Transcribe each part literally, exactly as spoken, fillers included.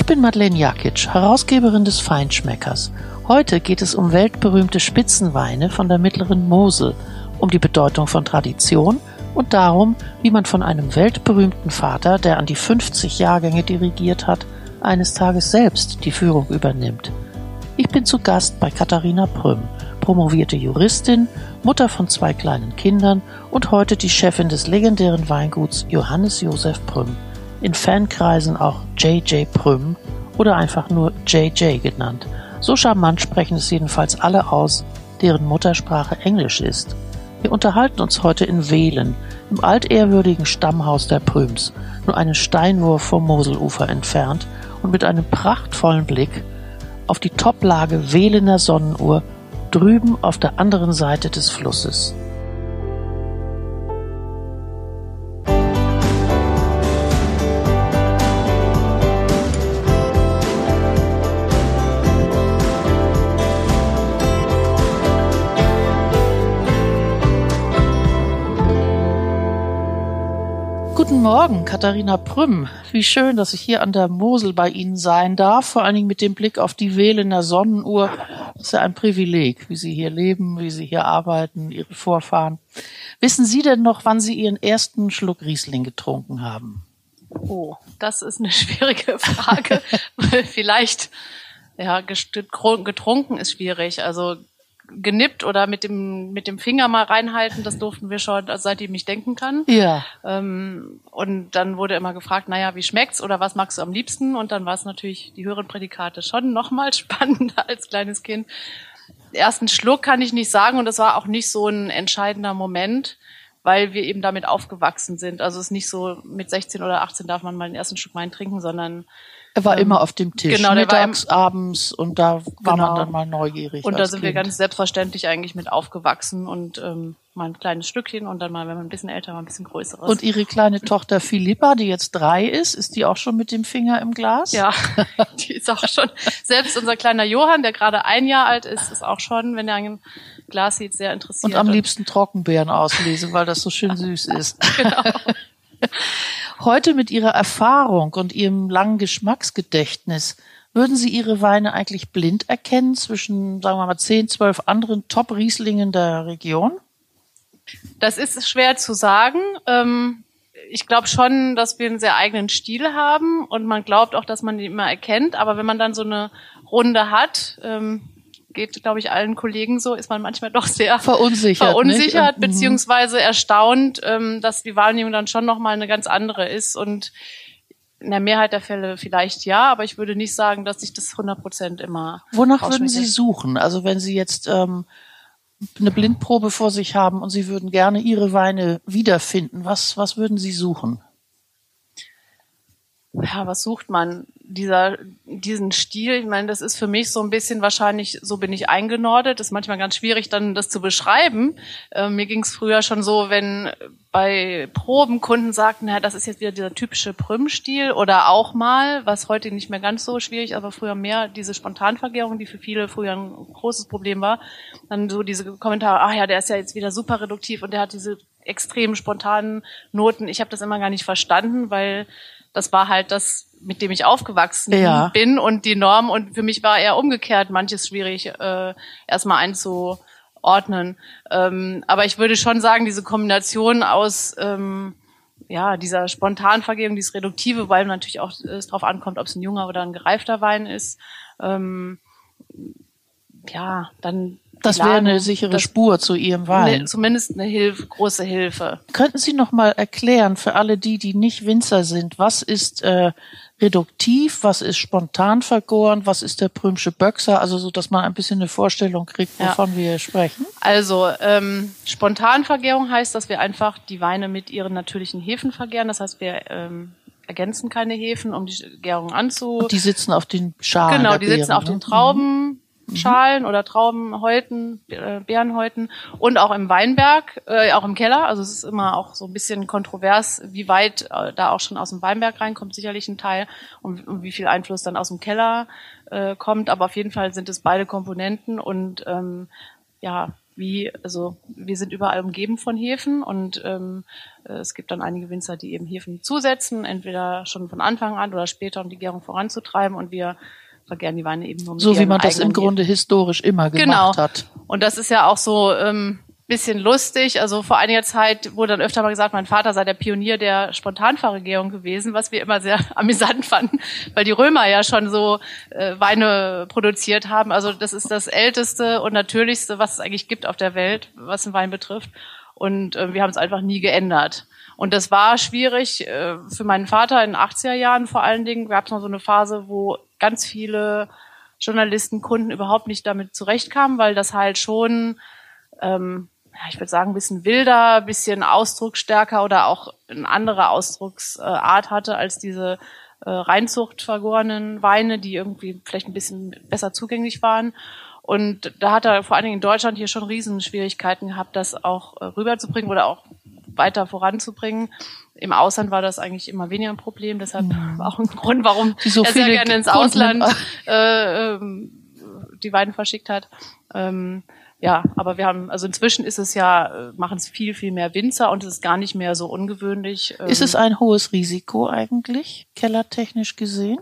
Ich bin Madeleine Jakic, Herausgeberin des Feinschmeckers. Heute geht es um weltberühmte Spitzenweine von der mittleren Mosel, um die Bedeutung von Tradition und darum, wie man von einem weltberühmten Vater, der an die fünfzig Jahrgänge dirigiert hat, eines Tages selbst die Führung übernimmt. Ich bin zu Gast bei Katharina Prüm, promovierte Juristin, Mutter von zwei kleinen Kindern und heute die Chefin des legendären Weinguts Johannes Josef Prüm, in Fankreisen auch J J Prüm oder einfach nur J J genannt. So charmant sprechen es jedenfalls alle aus, deren Muttersprache Englisch ist. Wir unterhalten uns heute in Wehlen, im altehrwürdigen Stammhaus der Prüms, nur einen Steinwurf vom Moselufer entfernt und mit einem prachtvollen Blick auf die Toplage Wehlener Sonnenuhr drüben auf der anderen Seite des Flusses. Guten Morgen, Katharina Prüm. Wie schön, dass ich hier an der Mosel bei Ihnen sein darf, vor allen Dingen mit dem Blick auf die Wehlener Sonnenuhr. Das ist ja ein Privileg, wie Sie hier leben, wie Sie hier arbeiten, Ihre Vorfahren. Wissen Sie denn noch, wann Sie Ihren ersten Schluck Riesling getrunken haben? Oh, das ist eine schwierige Frage. Vielleicht, ja, getrunken ist schwierig. Also genippt oder mit dem mit dem Finger mal reinhalten, das durften wir schon, also seitdem ich denken kann. Ja. Ähm, und dann wurde immer gefragt, naja, wie schmeckt's oder was magst du am liebsten? Und dann war es natürlich die höheren Prädikate schon noch mal spannender als kleines Kind. Den ersten Schluck kann ich nicht sagen und das war auch nicht so ein entscheidender Moment, weil wir eben damit aufgewachsen sind. Also es ist nicht so, mit sechzehn oder achtzehn darf man mal den ersten Schluck Wein trinken, sondern er war ähm, immer auf dem Tisch, genau, mittags, abends und da war genau. man dann mal neugierig. Und da sind kind. wir ganz selbstverständlich eigentlich mit aufgewachsen und ähm, mal ein kleines Stückchen und dann mal, wenn man ein bisschen älter war, ein bisschen größeres. Und Ihre kleine Tochter Philippa, die jetzt drei ist, ist die auch schon mit dem Finger im Glas? Ja, die ist auch schon, selbst unser kleiner Johann, der gerade ein Jahr alt ist, ist auch schon, wenn er ein Glas sieht, sehr interessiert. Und am liebsten Trockenbeeren auslesen, weil das so schön süß ist. Genau. Heute mit Ihrer Erfahrung und Ihrem langen Geschmacksgedächtnis, würden Sie Ihre Weine eigentlich blind erkennen zwischen, sagen wir mal, zehn, zwölf anderen Top-Rieslingen der Region? Das ist schwer zu sagen. Ich glaube schon, dass wir einen sehr eigenen Stil haben und man glaubt auch, dass man die immer erkennt. Aber wenn man dann so eine Runde hat, geht, glaube ich, allen Kollegen so, ist man manchmal doch sehr verunsichert, verunsichert nicht? beziehungsweise erstaunt, dass die Wahrnehmung dann schon nochmal eine ganz andere ist. Und in der Mehrheit der Fälle vielleicht ja, aber ich würde nicht sagen, dass ich das hundert Prozent immer Wonach würden Sie suchen? Also wenn Sie jetzt ähm, eine Blindprobe vor sich haben und Sie würden gerne Ihre Weine wiederfinden, was, was würden Sie suchen? Ja, was sucht man? Dieser, diesen Stil, ich meine, das ist für mich so ein bisschen wahrscheinlich, so bin ich eingenordet. Das ist manchmal ganz schwierig, dann das zu beschreiben. Äh, mir ging es früher schon so, wenn bei Proben Kunden sagten, ja, das ist jetzt wieder dieser typische Prüm-Stil oder auch mal, was heute nicht mehr ganz so schwierig, aber früher mehr, diese Spontanvergärung, die für viele früher ein großes Problem war. Dann so diese Kommentare, ach ja, der ist ja jetzt wieder super reduktiv und der hat diese extrem spontanen Noten. Ich habe das immer gar nicht verstanden, weil das war halt das, mit dem ich aufgewachsen ja. bin und die Norm. Und für mich war eher umgekehrt manches schwierig, äh, erstmal einzuordnen. Ähm, aber ich würde schon sagen, diese Kombination aus ähm, ja dieser Spontanvergärung, dieses Reduktive, weil natürlich auch es drauf ankommt, ob es ein junger oder ein gereifter Wein ist. Ähm, ja, dann Das wäre eine sichere das, Spur zu Ihrem Wein. Ne, zumindest eine Hilfe, große Hilfe. Könnten Sie noch mal erklären für alle die, die nicht Winzer sind, was ist äh, reduktiv, was ist spontan vergoren, was ist der Prümsche Böxer, also so, dass man ein bisschen eine Vorstellung kriegt, wovon ja. wir sprechen? Also ähm, Spontanvergärung heißt, dass wir einfach die Weine mit ihren natürlichen Hefen vergären. Das heißt, wir ähm, ergänzen keine Hefen, um die Gärung anzu... Und die sitzen auf den Schalen Genau, der die Beeren, sitzen auf ne? den Trauben. Schalen oder Traubenhäuten, äh, Beerenhäuten und auch im Weinberg, äh, auch im Keller. Also es ist immer auch so ein bisschen kontrovers, wie weit äh, da auch schon aus dem Weinberg reinkommt, sicherlich ein Teil und, und wie viel Einfluss dann aus dem Keller äh, kommt. Aber auf jeden Fall sind es beide Komponenten und ähm, ja, wie, also wir sind überall umgeben von Hefen und ähm, es gibt dann einige Winzer, die eben Hefen zusetzen, entweder schon von Anfang an oder später, um die Gärung voranzutreiben, und wir vergären die Weine eben nur mit so wie man das eigenen im Grunde Hefen. historisch immer gemacht Genau. hat. Und das ist ja auch so ähm, bisschen lustig. Also vor einiger Zeit wurde dann öfter mal gesagt, mein Vater sei der Pionier der Spontanvergärung gewesen, was wir immer sehr amüsant fanden, weil die Römer ja schon so äh, Weine produziert haben. Also das ist das älteste und natürlichste, was es eigentlich gibt auf der Welt, was den Wein betrifft. Und äh, wir haben es einfach nie geändert. Und das war schwierig äh, für meinen Vater in den achtziger Jahren vor allen Dingen. Gab es noch so eine Phase, wo ganz viele Journalisten, Kunden überhaupt nicht damit zurechtkamen, weil das halt schon ähm, ja, ich würde sagen, ein bisschen wilder, ein bisschen ausdrucksstärker oder auch eine andere Ausdrucksart hatte als diese äh, Reinzucht vergorenen Weine, die irgendwie vielleicht ein bisschen besser zugänglich waren. Und da hat er vor allen Dingen in Deutschland hier schon Riesenschwierigkeiten gehabt, das auch äh, rüberzubringen oder auch weiter voranzubringen. Im Ausland war das eigentlich immer weniger ein Problem, deshalb mhm. auch ein Grund, warum so er sehr gerne ins Ausland äh, ähm, die Weine verschickt hat. Ähm, Ja, aber wir haben, also inzwischen ist es ja, machen es viel, viel mehr Winzer und es ist gar nicht mehr so ungewöhnlich. Ist es ein hohes Risiko eigentlich, kellertechnisch gesehen?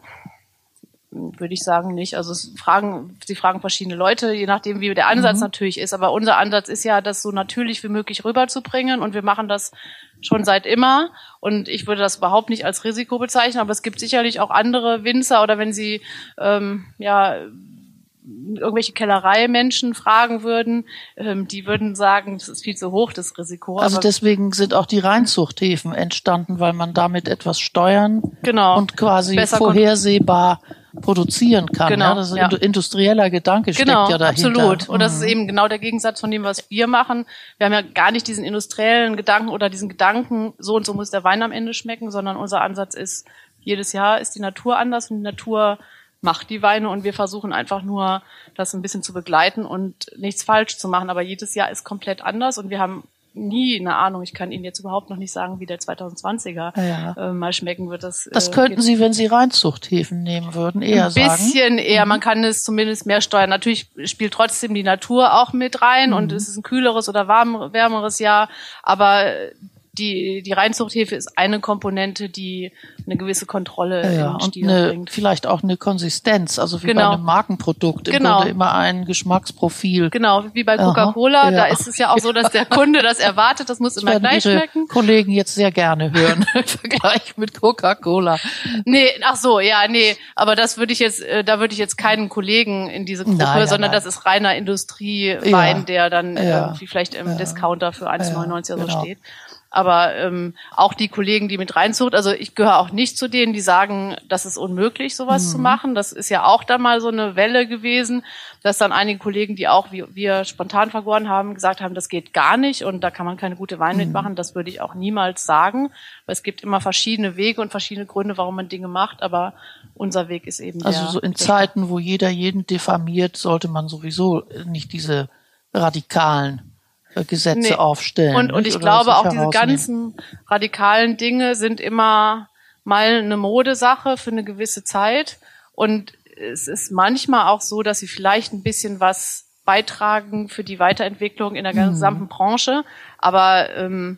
Würde ich sagen nicht. Also es fragen, sie fragen verschiedene Leute, je nachdem wie der Ansatz mhm. natürlich ist. Aber unser Ansatz ist ja, das so natürlich wie möglich rüberzubringen, und wir machen das schon seit immer. Und ich würde das überhaupt nicht als Risiko bezeichnen, aber es gibt sicherlich auch andere Winzer, oder wenn sie ähm, ja irgendwelche Kellerei-Menschen fragen würden, ähm, die würden sagen, das ist viel zu hoch, das Risiko. Also aber deswegen sind auch die Reinzuchthäfen entstanden, weil man damit etwas steuern genau. und quasi Besser vorhersehbar produzieren kann. Genau, ja, das ist ja. ein industrieller Gedanke genau, steckt ja dahinter. Absolut. Und das mhm. ist eben genau der Gegensatz von dem, was wir machen. Wir haben ja gar nicht diesen industriellen Gedanken oder diesen Gedanken, so und so muss der Wein am Ende schmecken, sondern unser Ansatz ist, jedes Jahr ist die Natur anders und die Natur macht die Weine, und wir versuchen einfach nur, das ein bisschen zu begleiten und nichts falsch zu machen. Aber jedes Jahr ist komplett anders, und wir haben nie eine Ahnung. Ich kann Ihnen jetzt überhaupt noch nicht sagen, wie der zweitausendzwanziger ja. äh, mal schmecken wird. Das, das äh, könnten Sie, wenn Sie Reinzuchthäfen nehmen würden, eher sagen. Ein bisschen eher. Mhm. Man kann es zumindest mehr steuern. Natürlich spielt trotzdem die Natur auch mit rein, mhm. und es ist ein kühleres oder warm, wärmeres Jahr. Aber die die Reinzuchthefe ist eine Komponente, die eine gewisse Kontrolle ja, im Stil und eine, bringt. Vielleicht auch eine Konsistenz, also wie genau. bei einem Markenprodukt, im genau. Grunde immer ein Geschmacksprofil. Genau, wie bei Coca-Cola, ja. Da ist es ja auch so, dass der Kunde das erwartet, das muss immer gleich Ihre schmecken. Kollegen jetzt sehr gerne hören im Vergleich mit Coca-Cola. Nee, ach so, ja, nee, aber das würde ich jetzt, da würde ich jetzt keinen Kollegen in diese Gruppe, nein, sondern nein. das ist reiner Industriewein, ja. der dann ja. irgendwie vielleicht im ja. Discounter für eins neunundneunzig ja, genau. so steht. Aber ähm, auch die Kollegen, die mit reinzucht, also ich gehöre auch nicht zu denen, die sagen, das ist unmöglich, sowas mhm. zu machen. Das ist ja auch dann mal so eine Welle gewesen, dass dann einige Kollegen, die auch wie wir spontan vergoren haben, gesagt haben, das geht gar nicht und da kann man keine gute Weine mhm. mitmachen. Das würde ich auch niemals sagen, weil es gibt immer verschiedene Wege und verschiedene Gründe, warum man Dinge macht, aber unser Weg ist eben also der. Also so in Zeiten, wo jeder jeden diffamiert, sollte man sowieso nicht diese radikalen Gesetze nee. aufstellen. Und, und ich glaube auch, diese ganzen radikalen Dinge sind immer mal eine Modesache für eine gewisse Zeit. Und es ist manchmal auch so, dass sie vielleicht ein bisschen was beitragen für die Weiterentwicklung in der gesamten mhm. Branche. Aber ähm,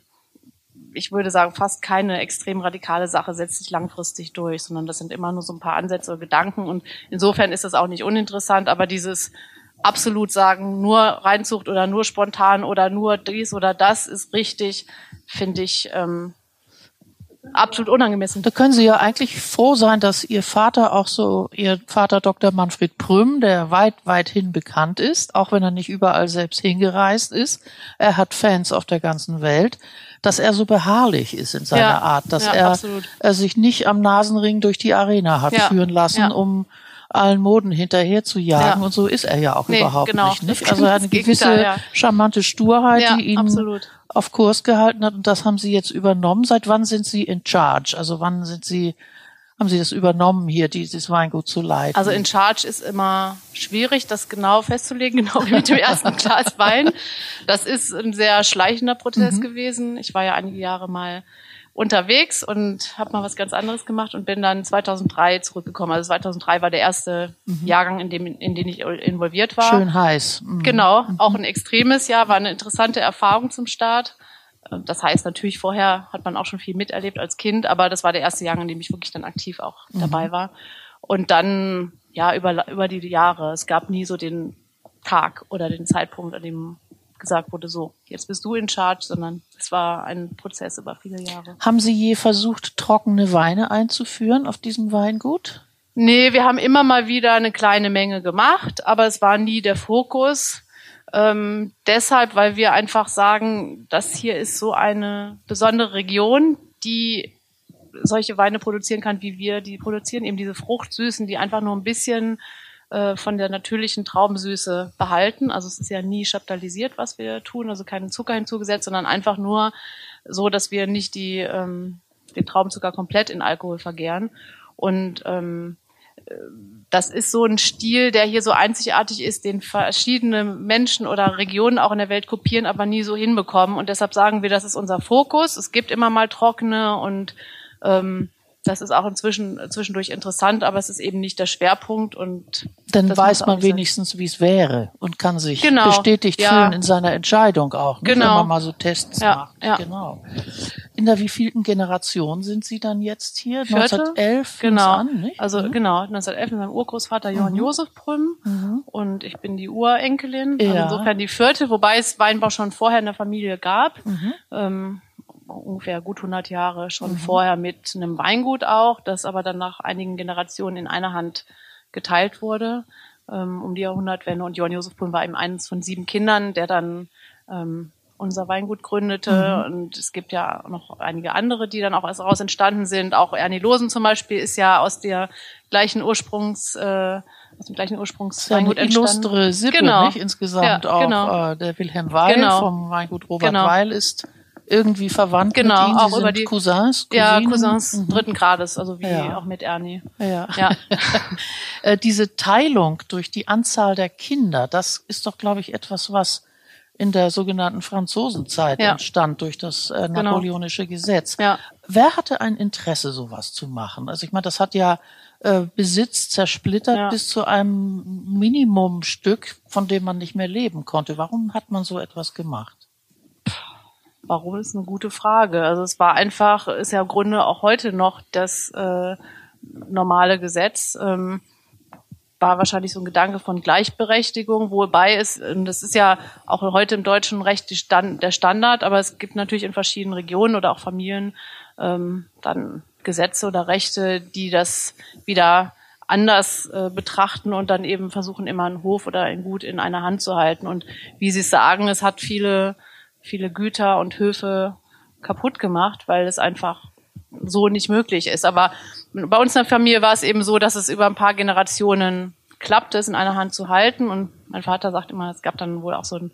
ich würde sagen, fast keine extrem radikale Sache setzt sich langfristig durch, sondern das sind immer nur so ein paar Ansätze oder Gedanken. Und insofern ist das auch nicht uninteressant, aber dieses absolut sagen, nur Reinzucht oder nur spontan oder nur dies oder das ist richtig, finde ich ähm, absolut unangemessen. Da können Sie ja eigentlich froh sein, dass Ihr Vater auch so, Ihr Vater Doktor Manfred Prüm, der weit, weithin bekannt ist, auch wenn er nicht überall selbst hingereist ist. Er hat Fans auf der ganzen Welt, dass er so beharrlich ist in seiner ja, Art, dass ja, er, er sich nicht am Nasenring durch die Arena hat ja, führen lassen, ja. um allen Moden hinterher zu jagen. Ja. Und so ist er ja auch nee, überhaupt genau. nicht. nicht? Also er hat eine gewisse ja. charmante Sturheit, ja, die ihn absolut. auf Kurs gehalten hat. Und das haben Sie jetzt übernommen. Seit wann sind Sie in charge? Also wann sind Sie, haben Sie das übernommen, hier dieses Weingut zu leiten? Also in charge ist immer schwierig, das genau festzulegen, genau wie mit dem ersten Glas Wein. Das ist ein sehr schleichender Prozess mhm. gewesen. Ich war ja einige Jahre mal unterwegs und habe mal was ganz anderes gemacht und bin dann zweitausenddrei zurückgekommen. Also zweitausenddrei war der erste mhm. Jahrgang, in dem in den ich involviert war. Schön heiß. Mhm. Genau, mhm. auch ein extremes Jahr, war eine interessante Erfahrung zum Start. Das heißt, natürlich vorher hat man auch schon viel miterlebt als Kind, aber das war der erste Jahrgang, in dem ich wirklich dann aktiv auch mhm. dabei war. Und dann, ja, über, über die Jahre. Es gab nie so den Tag oder den Zeitpunkt, an dem gesagt wurde, so, jetzt bist du in charge, sondern es war ein Prozess über viele Jahre. Haben Sie je versucht, trockene Weine einzuführen auf diesem Weingut? Nee, wir haben immer mal wieder eine kleine Menge gemacht, aber es war nie der Fokus. Ähm, deshalb, weil wir einfach sagen, das hier ist so eine besondere Region, die solche Weine produzieren kann, wie wir die produzieren, eben diese Fruchtsüßen, die einfach nur ein bisschen von der natürlichen Traubensüße behalten. Also es ist ja nie chaptalisiert, was wir tun, also keinen Zucker hinzugesetzt, sondern einfach nur so, dass wir nicht die, ähm, den Traubenzucker komplett in Alkohol vergären. Und ähm, das ist so ein Stil, der hier so einzigartig ist, den verschiedene Menschen oder Regionen auch in der Welt kopieren, aber nie so hinbekommen. Und deshalb sagen wir, das ist unser Fokus. Es gibt immer mal trockene und ähm, das ist auch inzwischen zwischendurch interessant, aber es ist eben nicht der Schwerpunkt und dann weiß man wenigstens, wie es wäre und kann sich genau. bestätigt ja. fühlen in seiner Entscheidung auch, nicht? Genau. Wenn man mal so Tests ja. macht. Ja. Genau. In der wievielten Generation sind Sie dann jetzt hier? Vierte? neunzehnhundertelf Genau. An, nicht? Also mhm. genau, neunzehnhundertelf mit meinem Urgroßvater Johann mhm. Josef Prüm mhm. und ich bin die Urenkelin. Ja. Also insofern die vierte, wobei es Weinbau schon vorher in der Familie gab. Mhm. Ähm, ungefähr gut hundert Jahre schon mhm. vorher mit einem Weingut auch, das aber dann nach einigen Generationen in einer Hand geteilt wurde, ähm, um die Jahrhundertwende. Und Johann Josef Prüm war eben eines von sieben Kindern, der dann ähm, unser Weingut gründete. Mhm. Und es gibt ja noch einige andere, die dann auch erst daraus entstanden sind. Auch Ernie Losen zum Beispiel ist ja aus der gleichen Ursprungs, äh, aus dem gleichen Ursprungsweingut entstanden. Illustre Sippe, genau. nicht? Insgesamt ja, auch genau. äh, der Wilhelm Weil genau. vom Weingut Robert genau. Weil ist irgendwie verwandt genau, mit Ihnen. Sie auch sind über die Cousins, Ja, Cousinen? Cousins mhm. dritten Grades, also wie ja. auch mit Ernie. Ja. ja. äh, diese Teilung durch die Anzahl der Kinder, das ist doch, glaube ich, etwas, was in der sogenannten Franzosenzeit ja. entstand durch das äh, genau. napoleonische Gesetz. Ja. Wer hatte ein Interesse, sowas zu machen? Also ich meine, das hat ja äh, Besitz zersplittert ja. bis zu einem Minimumstück, von dem man nicht mehr leben konnte. Warum hat man so etwas gemacht? Warum ist eine gute Frage. Also es war einfach, ist ja im Grunde auch heute noch das äh, normale Gesetz. Ähm, war wahrscheinlich so ein Gedanke von Gleichberechtigung, wobei es, das ist ja auch heute im deutschen Recht die Stand, der Standard, aber es gibt natürlich in verschiedenen Regionen oder auch Familien ähm, dann Gesetze oder Rechte, die das wieder anders äh, betrachten und dann eben versuchen, immer einen Hof oder ein Gut in einer Hand zu halten. Und wie Sie sagen, es hat viele viele Güter und Höfe kaputt gemacht, weil es einfach so nicht möglich ist. Aber bei uns in der Familie war es eben so, dass es über ein paar Generationen klappte, es in einer Hand zu halten. Und mein Vater sagt immer, es gab dann wohl auch so ein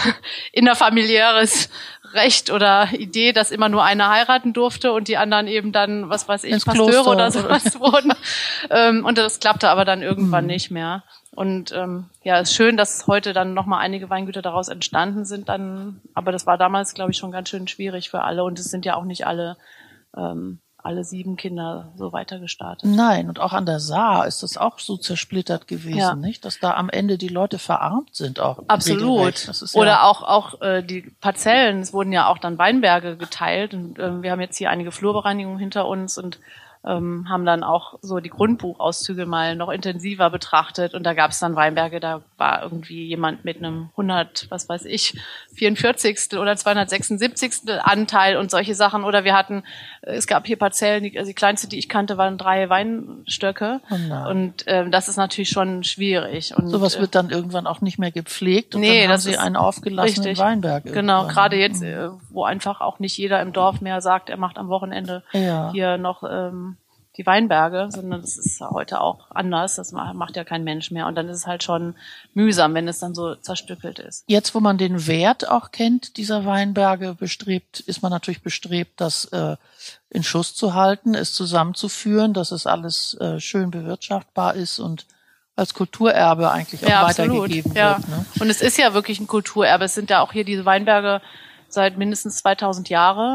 innerfamiliäres Recht oder Idee, dass immer nur einer heiraten durfte und die anderen eben dann, was weiß ich, ins Pasteure Kloster oder sowas wurden. Und das klappte aber dann irgendwann mhm. nicht mehr. Und ähm, ja, es ist schön, dass heute dann nochmal einige Weingüter daraus entstanden sind. Dann, aber das war damals, glaube ich, schon ganz schön schwierig für alle. Und es sind ja auch nicht alle ähm, alle sieben Kinder so weiter gestartet. Nein, und auch an der Saar ist das auch so zersplittert gewesen, ja. nicht? Dass da am Ende die Leute verarmt sind auch. Absolut. Das ist Oder ja auch auch äh, die Parzellen. Es wurden ja auch dann Weinberge geteilt. Und äh, wir haben jetzt hier einige Flurbereinigungen hinter uns und ähm, haben dann auch so die Grundbuchauszüge mal noch intensiver betrachtet und da gab es dann Weinberge, da war irgendwie jemand mit einem hundert, was weiß ich, vierundvierzigstel oder zweihundertsechsundsiebzigstel Anteil und solche Sachen. Oder wir hatten, es gab hier Parzellen, die, also die kleinste, die ich kannte, waren drei Weinstöcke oh und ähm, das ist natürlich schon schwierig. Und sowas wird dann irgendwann auch nicht mehr gepflegt und nee, dann haben das sie ist einen aufgelassenen richtig. Weinberg. Genau, irgendwann. gerade jetzt, äh, wo einfach auch nicht jeder im Dorf mehr sagt, er macht am Wochenende ja. hier noch ähm, die Weinberge, sondern das ist heute auch anders. Das macht ja kein Mensch mehr. Und dann ist es halt schon mühsam, wenn es dann so zerstückelt ist. Jetzt, wo man den Wert auch kennt, dieser Weinberge bestrebt, ist man natürlich bestrebt, das äh, in Schuss zu halten, es zusammenzuführen, dass es alles äh, schön bewirtschaftbar ist und als Kulturerbe eigentlich auch ja, weitergegeben ja. wird. Ne? Und es ist ja wirklich ein Kulturerbe. Es sind ja auch hier diese Weinberge seit mindestens zweitausend Jahren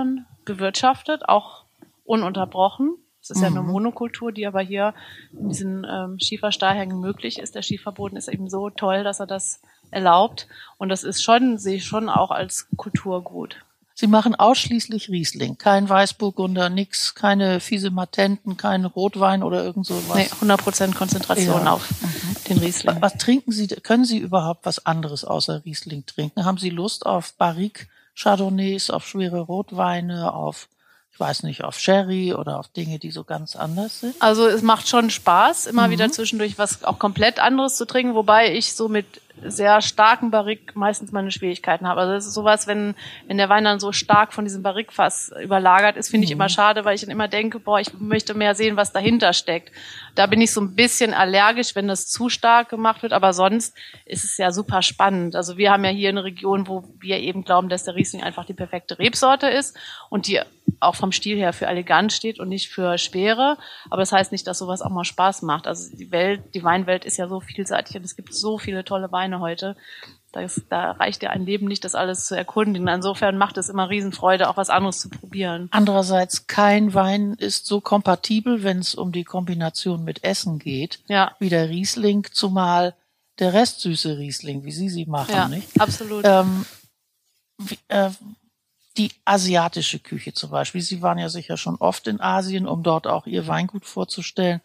bewirtschaftet, auch ununterbrochen. Es ist mhm. ja eine Monokultur, die aber hier in diesen ähm, Schieferstahlhängen möglich ist. Der Schieferboden ist eben so toll, dass er das erlaubt. Und das ist schon, sehe ich schon auch als Kulturgut. Sie machen ausschließlich Riesling, kein Weißburgunder, nix, keine fiese Matenten, kein Rotwein oder irgend sowas. Nee, hundert Prozent Konzentration ja. auf mhm. den Riesling. Was trinken Sie, können Sie überhaupt was anderes außer Riesling trinken? Haben Sie Lust auf Barrique Chardonnays, auf schwere Rotweine, auf, ich weiß nicht, auf Sherry oder auf Dinge, die so ganz anders sind? Also es macht schon Spaß, immer mhm. wieder zwischendurch was auch komplett anderes zu trinken, wobei ich so mit sehr starken Barrique meistens meine Schwierigkeiten habe. Also das ist sowas, wenn wenn der Wein dann so stark von diesem Barrique-Fass überlagert ist, finde ich mhm. immer schade, weil ich dann immer denke, boah, ich möchte mehr sehen, was dahinter steckt. Da bin ich so ein bisschen allergisch, wenn das zu stark gemacht wird, aber sonst ist es ja super spannend. Also wir haben ja hier eine Region, wo wir eben glauben, dass der Riesling einfach die perfekte Rebsorte ist und die auch vom Stil her für elegant steht und nicht für Schwere. Aber das heißt nicht, dass sowas auch mal Spaß macht. Also die Welt, die Weinwelt ist ja so vielseitig und es gibt so viele tolle Weine heute. Das, da reicht ja ein Leben nicht, das alles zu erkundigen. Insofern macht es immer Riesenfreude, auch was anderes zu probieren. Andererseits, kein Wein ist so kompatibel, wenn es um die Kombination mit Essen geht, ja. wie der Riesling, zumal der restsüße Riesling, wie Sie sie machen, ja, nicht? Absolut. Ähm, wie, äh, die asiatische Küche zum Beispiel. Sie waren ja sicher schon oft in Asien, um dort auch Ihr Weingut vorzustellen.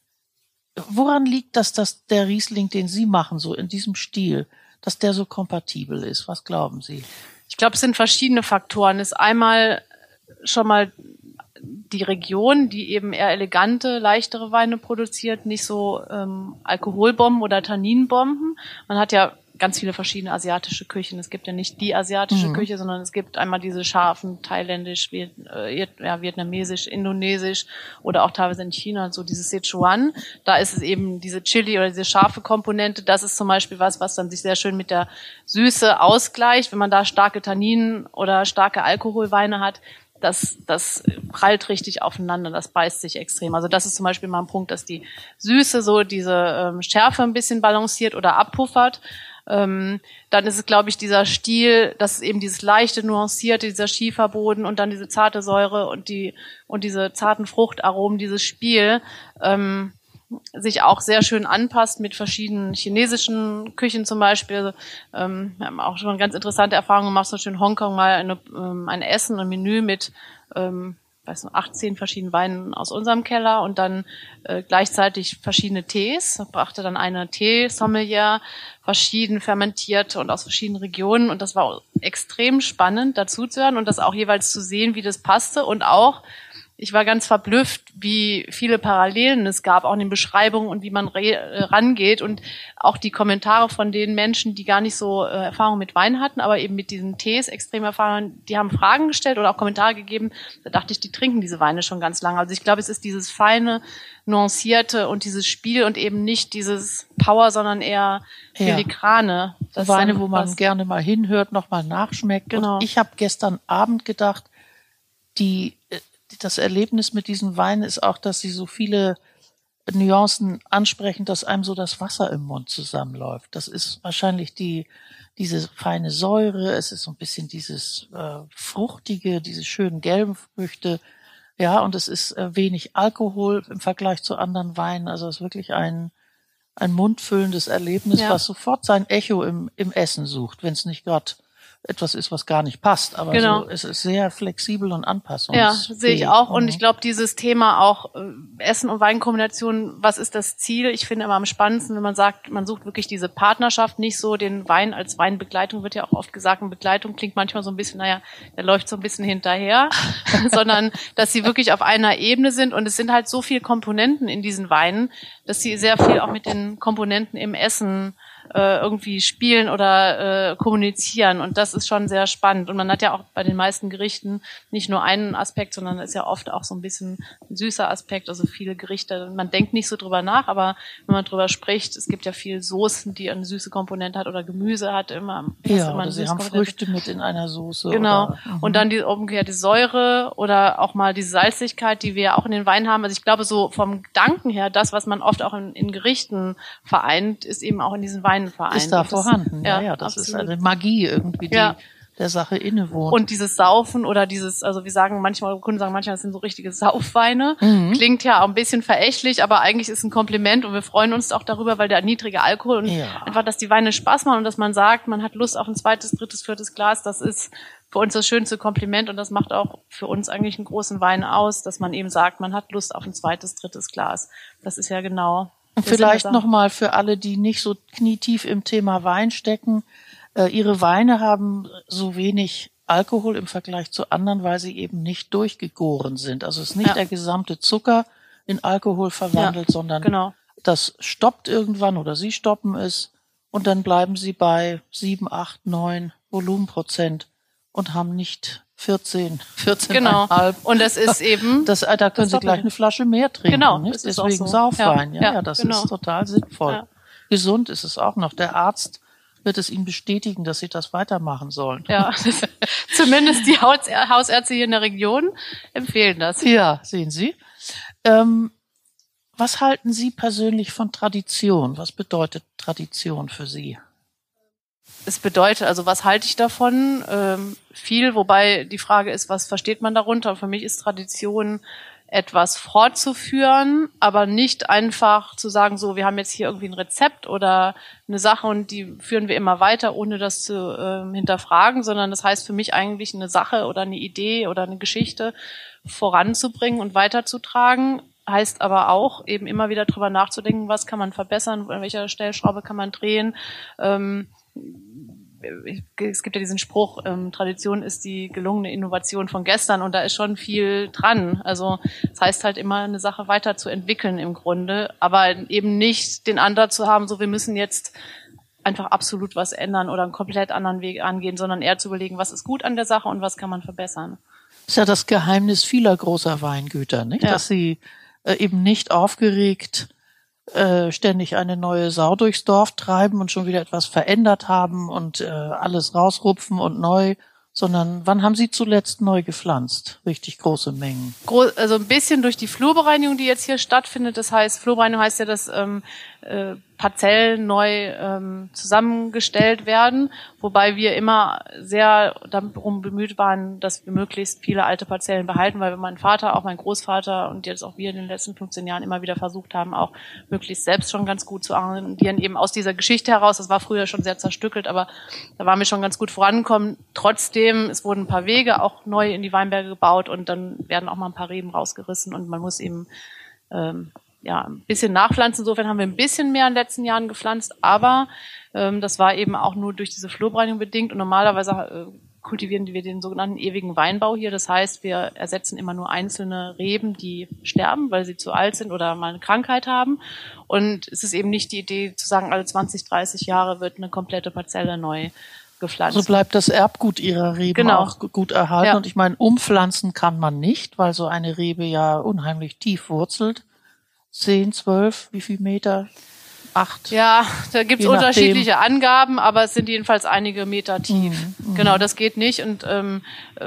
Woran liegt das, dass der Riesling, den Sie machen, so in diesem Stil, dass der so kompatibel ist? Was glauben Sie? Ich glaube, es sind verschiedene Faktoren. Es ist einmal schon mal die Region, die eben eher elegante, leichtere Weine produziert, nicht so ähm, Alkoholbomben oder Tanninbomben. Man hat ja ganz viele verschiedene asiatische Küchen. Es gibt ja nicht die asiatische mhm. Küche, sondern es gibt einmal diese scharfen, thailändisch, Viet, äh, ja, vietnamesisch, indonesisch oder auch teilweise in China, so dieses Sichuan. Da ist es eben diese Chili oder diese scharfe Komponente. Das ist zum Beispiel was, was dann sich sehr schön mit der Süße ausgleicht. Wenn man da starke Tanninen oder starke Alkoholweine hat, das, das prallt richtig aufeinander, das beißt sich extrem. Also das ist zum Beispiel mal ein Punkt, dass die Süße so diese ähm, Schärfe ein bisschen balanciert oder abpuffert. Ähm, dann ist es, glaube ich, dieser Stil, das ist eben dieses leichte, nuancierte, dieser Schieferboden und dann diese zarte Säure und die und diese zarten Fruchtaromen, dieses Spiel ähm, sich auch sehr schön anpasst mit verschiedenen chinesischen Küchen zum Beispiel. Ähm, wir haben auch schon ganz interessante Erfahrungen gemacht, zum Beispiel in Hongkong mal eine, ähm, ein Essen, ein Menü mit ähm, weiß nicht, achtzehn verschiedenen Weinen aus unserem Keller und dann äh, gleichzeitig verschiedene Tees. Da brachte dann eine Teesommelier verschieden fermentiert und aus verschiedenen Regionen und das war extrem spannend dazu zu hören und das auch jeweils zu sehen, wie das passte und auch ich war ganz verblüfft, wie viele Parallelen es gab, auch in den Beschreibungen und wie man re- rangeht und auch die Kommentare von den Menschen, die gar nicht so äh, Erfahrung mit Wein hatten, aber eben mit diesen Tees extrem erfahren, die haben Fragen gestellt oder auch Kommentare gegeben. Da dachte ich, die trinken diese Weine schon ganz lange. Also ich glaube, es ist dieses feine, nuancierte und dieses Spiel und eben nicht dieses Power, sondern eher filigrane. Ja. Das Weine, wo man gerne mal hinhört, nochmal nachschmeckt. Genau. Und ich habe gestern Abend gedacht, die das Erlebnis mit diesen Weinen ist auch, dass sie so viele Nuancen ansprechen, dass einem so das Wasser im Mund zusammenläuft. Das ist wahrscheinlich die diese feine Säure, es ist so ein bisschen dieses äh, fruchtige, diese schönen gelben Früchte, ja, und es ist äh, wenig Alkohol im Vergleich zu anderen Weinen. Also es ist wirklich ein ein mundfüllendes Erlebnis, ja. was sofort sein Echo im im Essen sucht, wenn es nicht gerade etwas ist, was gar nicht passt, aber genau. so, es ist sehr flexibel und anpassungsfähig. Ja, sehe ich auch. Und ich glaube, dieses Thema auch äh, Essen und Weinkombination, was ist das Ziel? Ich finde immer am spannendsten, wenn man sagt, man sucht wirklich diese Partnerschaft, nicht so den Wein als Weinbegleitung, wird ja auch oft gesagt, und Begleitung klingt manchmal so ein bisschen, naja, der läuft so ein bisschen hinterher, sondern dass sie wirklich auf einer Ebene sind und es sind halt so viele Komponenten in diesen Weinen, dass sie sehr viel auch mit den Komponenten im Essen äh, irgendwie spielen oder äh, kommunizieren und das ist schon sehr spannend und man hat ja auch bei den meisten Gerichten nicht nur einen Aspekt, sondern ist ja oft auch so ein bisschen ein süßer Aspekt, also viele Gerichte, man denkt nicht so drüber nach, aber wenn man drüber spricht, es gibt ja viel Soßen, die eine süße Komponente hat oder Gemüse hat, immer. Ja, immer oder sie haben Früchte mit in einer Soße. Genau, oder, und dann die umgekehrt die Säure oder auch mal die Salzigkeit, die wir ja auch in den Weinen haben, also ich glaube so vom Gedanken her, das, was man oft auch in, in Gerichten vereint, ist eben auch in diesen Weinen vereint. Ist da das, vorhanden, ja, ja, ja, das absolut. ist eine Magie irgendwie, die, ja. der Sache innewohnt. Und dieses Saufen oder dieses, also wir sagen manchmal, Kunden sagen manchmal, das sind so richtige Saufweine. Mhm. Klingt ja auch ein bisschen verächtlich, aber eigentlich ist ein Kompliment und wir freuen uns auch darüber, weil der niedrige Alkohol und ja. einfach, dass die Weine Spaß machen und dass man sagt, man hat Lust auf ein zweites, drittes, viertes Glas, das ist für uns das schönste Kompliment und das macht auch für uns eigentlich einen großen Wein aus, dass man eben sagt, man hat Lust auf ein zweites, drittes Glas. Das ist ja genau. Und vielleicht nochmal für alle, die nicht so knietief im Thema Wein stecken, äh, ihre Weine haben so wenig Alkohol im Vergleich zu anderen, weil sie eben nicht durchgegoren sind. Also es ist nicht ja. der gesamte Zucker in Alkohol verwandelt, ja, sondern genau. das stoppt irgendwann oder sie stoppen es und dann bleiben sie bei sieben, acht, neun Volumenprozent und haben nicht vierzehn, vierzehn genau. Komma fünf. Und das ist eben... Das, da können das Sie gleich eine Flasche mehr trinken. Genau. Nicht? Deswegen so. Saufwein. Ja, ja, ja das genau. ist total sinnvoll. Ja. Gesund ist es auch noch. Der Arzt wird es Ihnen bestätigen, dass Sie das weitermachen sollen. Ja, zumindest die Hausärzte hier in der Region empfehlen das. Ja, sehen Sie. Ähm, was halten Sie persönlich von Tradition? Was bedeutet Tradition für Sie? Es bedeutet, also was halte ich davon? Ähm, viel, wobei die Frage ist, was versteht man darunter? Für mich ist Tradition etwas fortzuführen, aber nicht einfach zu sagen, so, wir haben jetzt hier irgendwie ein Rezept oder eine Sache und die führen wir immer weiter, ohne das zu äh, hinterfragen, sondern das heißt für mich eigentlich eine Sache oder eine Idee oder eine Geschichte voranzubringen und weiterzutragen. Heißt aber auch, eben immer wieder drüber nachzudenken, was kann man verbessern, an welcher Stellschraube kann man drehen. Ähm, es gibt ja diesen Spruch, ähm, Tradition ist die gelungene Innovation von gestern und da ist schon viel dran. Also das heißt halt immer, eine Sache weiterzuentwickeln im Grunde, aber eben nicht den Ansatz zu haben, so wir müssen jetzt einfach absolut was ändern oder einen komplett anderen Weg angehen, sondern eher zu überlegen, was ist gut an der Sache und was kann man verbessern. Das ist ja das Geheimnis vieler großer Weingüter, nicht? Ja. Dass sie äh, eben nicht aufgeregt äh, ständig eine neue Sau durchs Dorf treiben und schon wieder etwas verändert haben und äh, alles rausrupfen und neu, sondern wann haben Sie zuletzt neu gepflanzt? Richtig große Mengen. Groß, also ein bisschen durch die Flurbereinigung, die jetzt hier stattfindet. Das heißt, Flurbereinigung heißt ja, dass ähm, äh, Parzellen neu ähm, zusammengestellt werden, wobei wir immer sehr darum bemüht waren, dass wir möglichst viele alte Parzellen behalten, weil mein Vater, auch mein Großvater und jetzt auch wir in den letzten fünfzehn Jahren immer wieder versucht haben, auch möglichst selbst schon ganz gut zu arrondieren, eben aus dieser Geschichte heraus. Das war früher schon sehr zerstückelt, aber da waren wir schon ganz gut vorangekommen. Trotzdem, es wurden ein paar Wege auch neu in die Weinberge gebaut und dann werden auch mal ein paar Reben rausgerissen und man muss eben ähm, ja, ein bisschen nachpflanzen. Insofern haben wir ein bisschen mehr in den letzten Jahren gepflanzt, aber ähm, das war eben auch nur durch diese Flurbereinigung bedingt und normalerweise äh, kultivieren wir den sogenannten ewigen Weinbau hier. Das heißt, wir ersetzen immer nur einzelne Reben, die sterben, weil sie zu alt sind oder mal eine Krankheit haben. Und es ist eben nicht die Idee zu sagen, alle zwanzig, dreißig Jahre wird eine komplette Parzelle neu gepflanzt. So bleibt das Erbgut ihrer Reben genau. auch gut erhalten. Ja. Und ich meine, umpflanzen kann man nicht, weil so eine Rebe ja unheimlich tief wurzelt. Zehn, zwölf, wie viel Meter? Acht? Ja, da gibt es unterschiedliche Angaben, aber es sind jedenfalls einige Meter tief. Mhm. Genau, das geht nicht und ähm,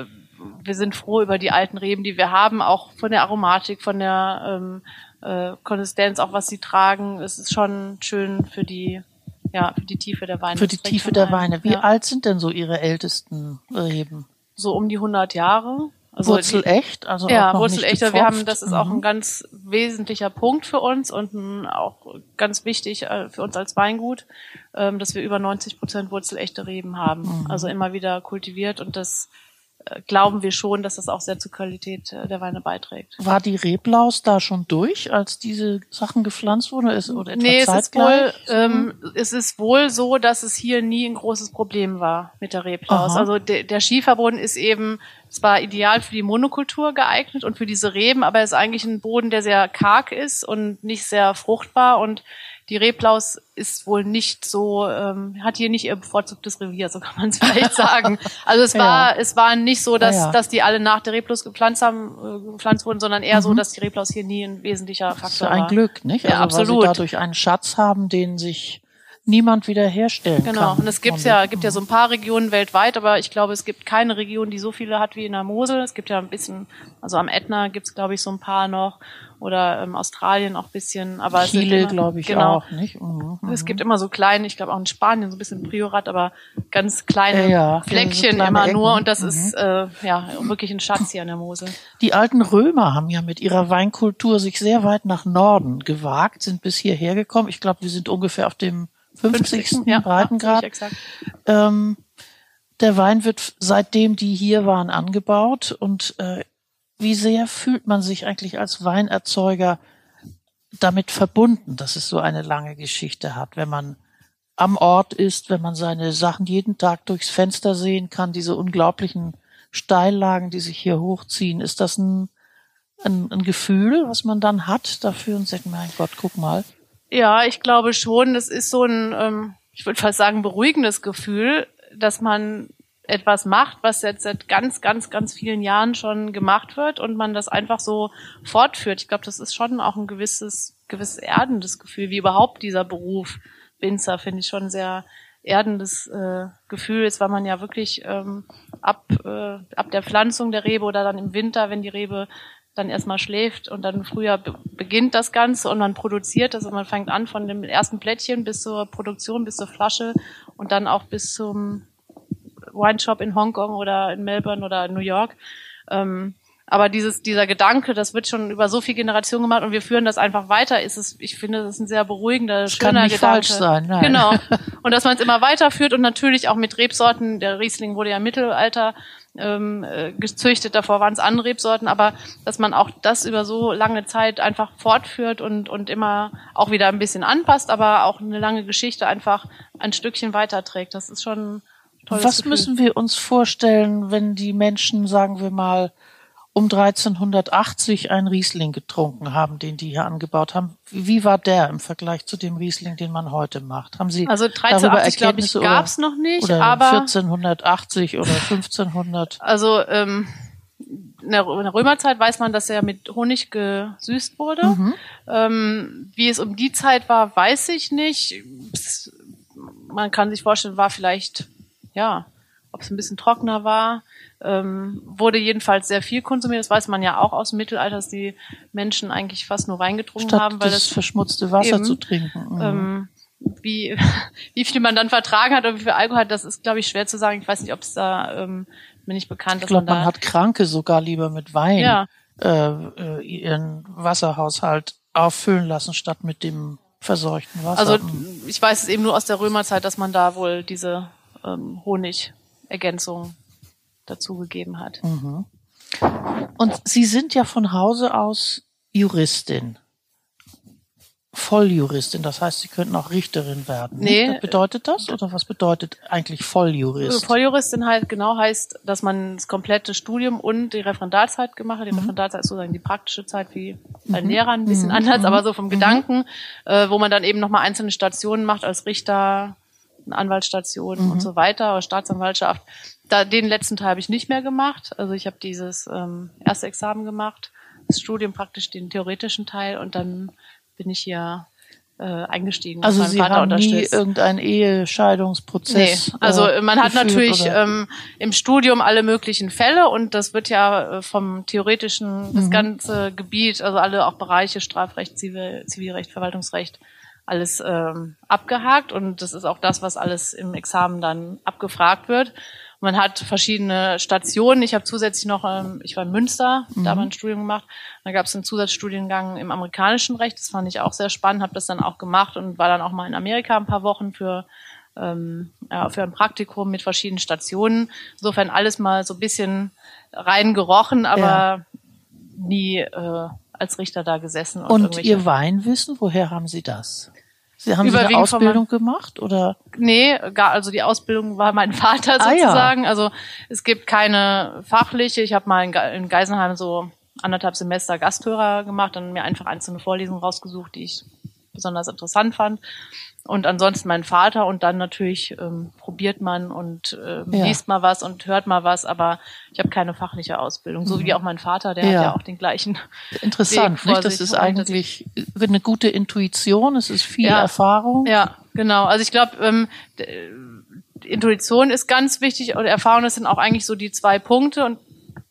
wir sind froh über die alten Reben, die wir haben, auch von der Aromatik, von der ähm, äh, Konsistenz, auch was sie tragen. Es ist schon schön für die, ja, für die Tiefe der Weine. Für die Tiefe der Weine. Wie ja. alt sind denn so Ihre ältesten Reben? So um die hundert Jahre. Also Wurzelecht, also ja, auch noch Wurzelecht. nicht Wir haben, das ist mhm. auch ein ganz wesentlicher Punkt für uns und ein, auch ganz wichtig äh, für uns als Weingut, ähm, dass wir über neunzig Prozent wurzelechte Reben haben. Mhm. Also immer wieder kultiviert und das äh, glauben wir schon, dass das auch sehr zur Qualität äh, der Weine beiträgt. War die Reblaus da schon durch, als diese Sachen gepflanzt wurden? Ist, oder etwa nee, es ist, wohl, ähm, mhm. es ist wohl so, dass es hier nie ein großes Problem war mit der Reblaus. Aha. Also de, der Schieferboden ist eben zwar ideal für die Monokultur geeignet und für diese Reben, aber es ist eigentlich ein Boden, der sehr karg ist und nicht sehr fruchtbar und die Reblaus ist wohl nicht so, ähm, hat hier nicht ihr bevorzugtes Revier, so kann man es vielleicht sagen. Also es war, ja. es war nicht so, dass, ja, ja. dass die alle nach der Reblaus gepflanzt haben, äh, gepflanzt wurden, sondern eher mhm. so, dass die Reblaus hier nie ein wesentlicher Faktor war. Das ist ja ein Glück, nicht? Ja, also, absolut. weil sie dadurch einen Schatz haben, den sich niemand wieder herstellen genau. kann. Genau, und es gibt's ja, gibt ja so ein paar Regionen weltweit, aber ich glaube, es gibt keine Region, die so viele hat wie in der Mosel. Es gibt ja ein bisschen, also am Ätna gibt's, glaube ich, so ein paar noch, oder ähm, Australien auch ein bisschen. Aber Chile, glaube ich, genau, auch, nicht? Mhm. Es gibt immer so kleine, ich glaube auch in Spanien so ein bisschen Priorat, aber ganz kleine ja, Fleckchen so kleine immer Ecken. nur, und das mhm. ist äh, ja wirklich ein Schatz hier an der Mosel. Die alten Römer haben ja mit ihrer Weinkultur sich sehr weit nach Norden gewagt, sind bis hierher gekommen. Ich glaube, wir sind ungefähr auf dem fünfzigsten Ja, Breitengrad. exakt. Ähm, der Wein wird seitdem die hier waren angebaut. Und äh, wie sehr fühlt man sich eigentlich als Weinerzeuger damit verbunden, dass es so eine lange Geschichte hat, wenn man am Ort ist, wenn man seine Sachen jeden Tag durchs Fenster sehen kann, diese unglaublichen Steillagen, die sich hier hochziehen. Ist das ein, ein, ein Gefühl, was man dann hat dafür und sagt, mein Gott, guck mal. Ja, ich glaube schon, das ist so ein, ähm, ich würde fast sagen, beruhigendes Gefühl, dass man etwas macht, was jetzt seit ganz, ganz, ganz vielen Jahren schon gemacht wird und man das einfach so fortführt. Ich glaube, das ist schon auch ein gewisses, gewisses erdendes Gefühl, wie überhaupt dieser Beruf Winzer, finde ich schon ein sehr erdendes äh, Gefühl ist, weil man ja wirklich ähm, ab, äh, ab der Pflanzung der Rebe oder dann im Winter, wenn die Rebe dann erstmal schläft und dann im Frühjahr be- beginnt das Ganze und man produziert das und man fängt an von dem ersten Plättchen bis zur Produktion, bis zur Flasche und dann auch bis zum Wine Shop in Hongkong oder in Melbourne oder in New York. Ähm, aber dieses, dieser Gedanke, das wird schon über so viele Generationen gemacht und wir führen das einfach weiter, ist es, ich finde, das ist ein sehr beruhigender, das schöner kann nicht Gedanke. falsch sein, nein. Genau. Und dass man es immer weiterführt und natürlich auch mit Rebsorten, der Riesling wurde ja im Mittelalter ähm, äh, gezüchtet, davor waren es andere Rebsorten, aber dass man auch das über so lange Zeit einfach fortführt und, und immer auch wieder ein bisschen anpasst, aber auch eine lange Geschichte einfach ein Stückchen weiterträgt, das ist schon tolles Was Gefühl. müssen wir uns vorstellen, wenn die Menschen, sagen wir mal, um dreizehnhundertachtzig einen Riesling getrunken haben, den die hier angebaut haben? Wie war der im Vergleich zu dem Riesling, den man heute macht? Haben Sie also dreizehnhundertachtzig, glaube ich, gab's noch nicht, oder aber vierzehnhundertachtzig oder fünfzehnhundert? Also ähm, in der Römerzeit weiß man, dass er mit Honig gesüßt wurde. Mhm. Ähm, wie es um die Zeit war, weiß ich nicht. Es, man kann sich vorstellen, war vielleicht, ja, ob es ein bisschen trockener war. Ähm, wurde jedenfalls sehr viel konsumiert. Das weiß man ja auch aus dem Mittelalter, dass die Menschen eigentlich fast nur Wein getrunken Statt haben, weil das das verschmutzte Wasser eben, zu trinken. Mhm. Ähm, wie, wie viel man dann vertragen hat oder wie viel Alkohol hat, das ist, glaube ich, schwer zu sagen. Ich weiß nicht, ob es da, ähm, mir nicht bekannt, ich dass glaube, man man da... hat Kranke sogar lieber mit Wein Ja. äh, ihren Wasserhaushalt auffüllen lassen, statt mit dem verseuchten Wasser. Also ich weiß es eben nur aus der Römerzeit, dass man da wohl diese ähm, Honigergänzung dazugegeben hat. Mhm. Und Sie sind ja von Hause aus Juristin. Volljuristin, das heißt, Sie könnten auch Richterin werden. Nee. Das bedeutet das? Oder was bedeutet eigentlich Volljurist? Volljuristin halt genau heißt, dass man das komplette Studium und die Referendarzeit gemacht hat. Die mhm. Referendarzeit ist sozusagen die praktische Zeit wie bei mhm. Lehrern, ein bisschen mhm. anders, aber so vom mhm. Gedanken, äh, wo man dann eben nochmal einzelne Stationen macht als Richter, Anwaltsstation mhm. und so weiter, oder Staatsanwaltschaft. Da, den letzten Teil habe ich nicht mehr gemacht. Also ich habe dieses ähm, erste Examen gemacht, das Studium praktisch den theoretischen Teil und dann bin ich hier äh, eingestiegen. Also Sie Vater haben nie irgendeinen Ehescheidungsprozess? Nee, also äh, man hat geführt, natürlich oder? ähm, im Studium alle möglichen Fälle und das wird ja äh, vom theoretischen, das mhm. ganze Gebiet, also alle auch Bereiche, Strafrecht, Zivil, Zivilrecht, Verwaltungsrecht, alles ähm, abgehakt und das ist auch das, was alles im Examen dann abgefragt wird. Man hat verschiedene Stationen. Ich habe zusätzlich noch, ähm, ich war in Münster, mhm. da mein Studium gemacht. Da gab es einen Zusatzstudiengang im amerikanischen Recht. Das fand ich auch sehr spannend, habe das dann auch gemacht und war dann auch mal in Amerika ein paar Wochen für ähm, ja, für ein Praktikum mit verschiedenen Stationen. Insofern alles mal so ein bisschen reingerochen, aber ja. nie äh, als Richter da gesessen. Und, und Ihr Weinwissen, woher haben Sie das? Sie haben Sie eine Überwiegend Ausbildung gemacht, oder? Nee, gar, also die Ausbildung war mein Vater Ah, sozusagen. ja. Also es gibt keine fachliche. Ich habe mal in, Ge- in Geisenheim so anderthalb Semester Gasthörer gemacht und mir einfach einzelne Vorlesungen rausgesucht, die ich besonders interessant fand. Und ansonsten mein Vater und dann natürlich ähm, probiert man und ähm, Ja. liest mal was und hört mal was, aber ich habe keine fachliche Ausbildung. So wie auch mein Vater, der Ja. hat ja auch den gleichen Interessant, Weg vor nicht? Das sich. ist Und eigentlich eine gute Intuition, es ist viel Ja. Erfahrung. Ja, Genau, also ich glaube, ähm, Intuition ist ganz wichtig und Erfahrung, das sind auch eigentlich so die zwei Punkte und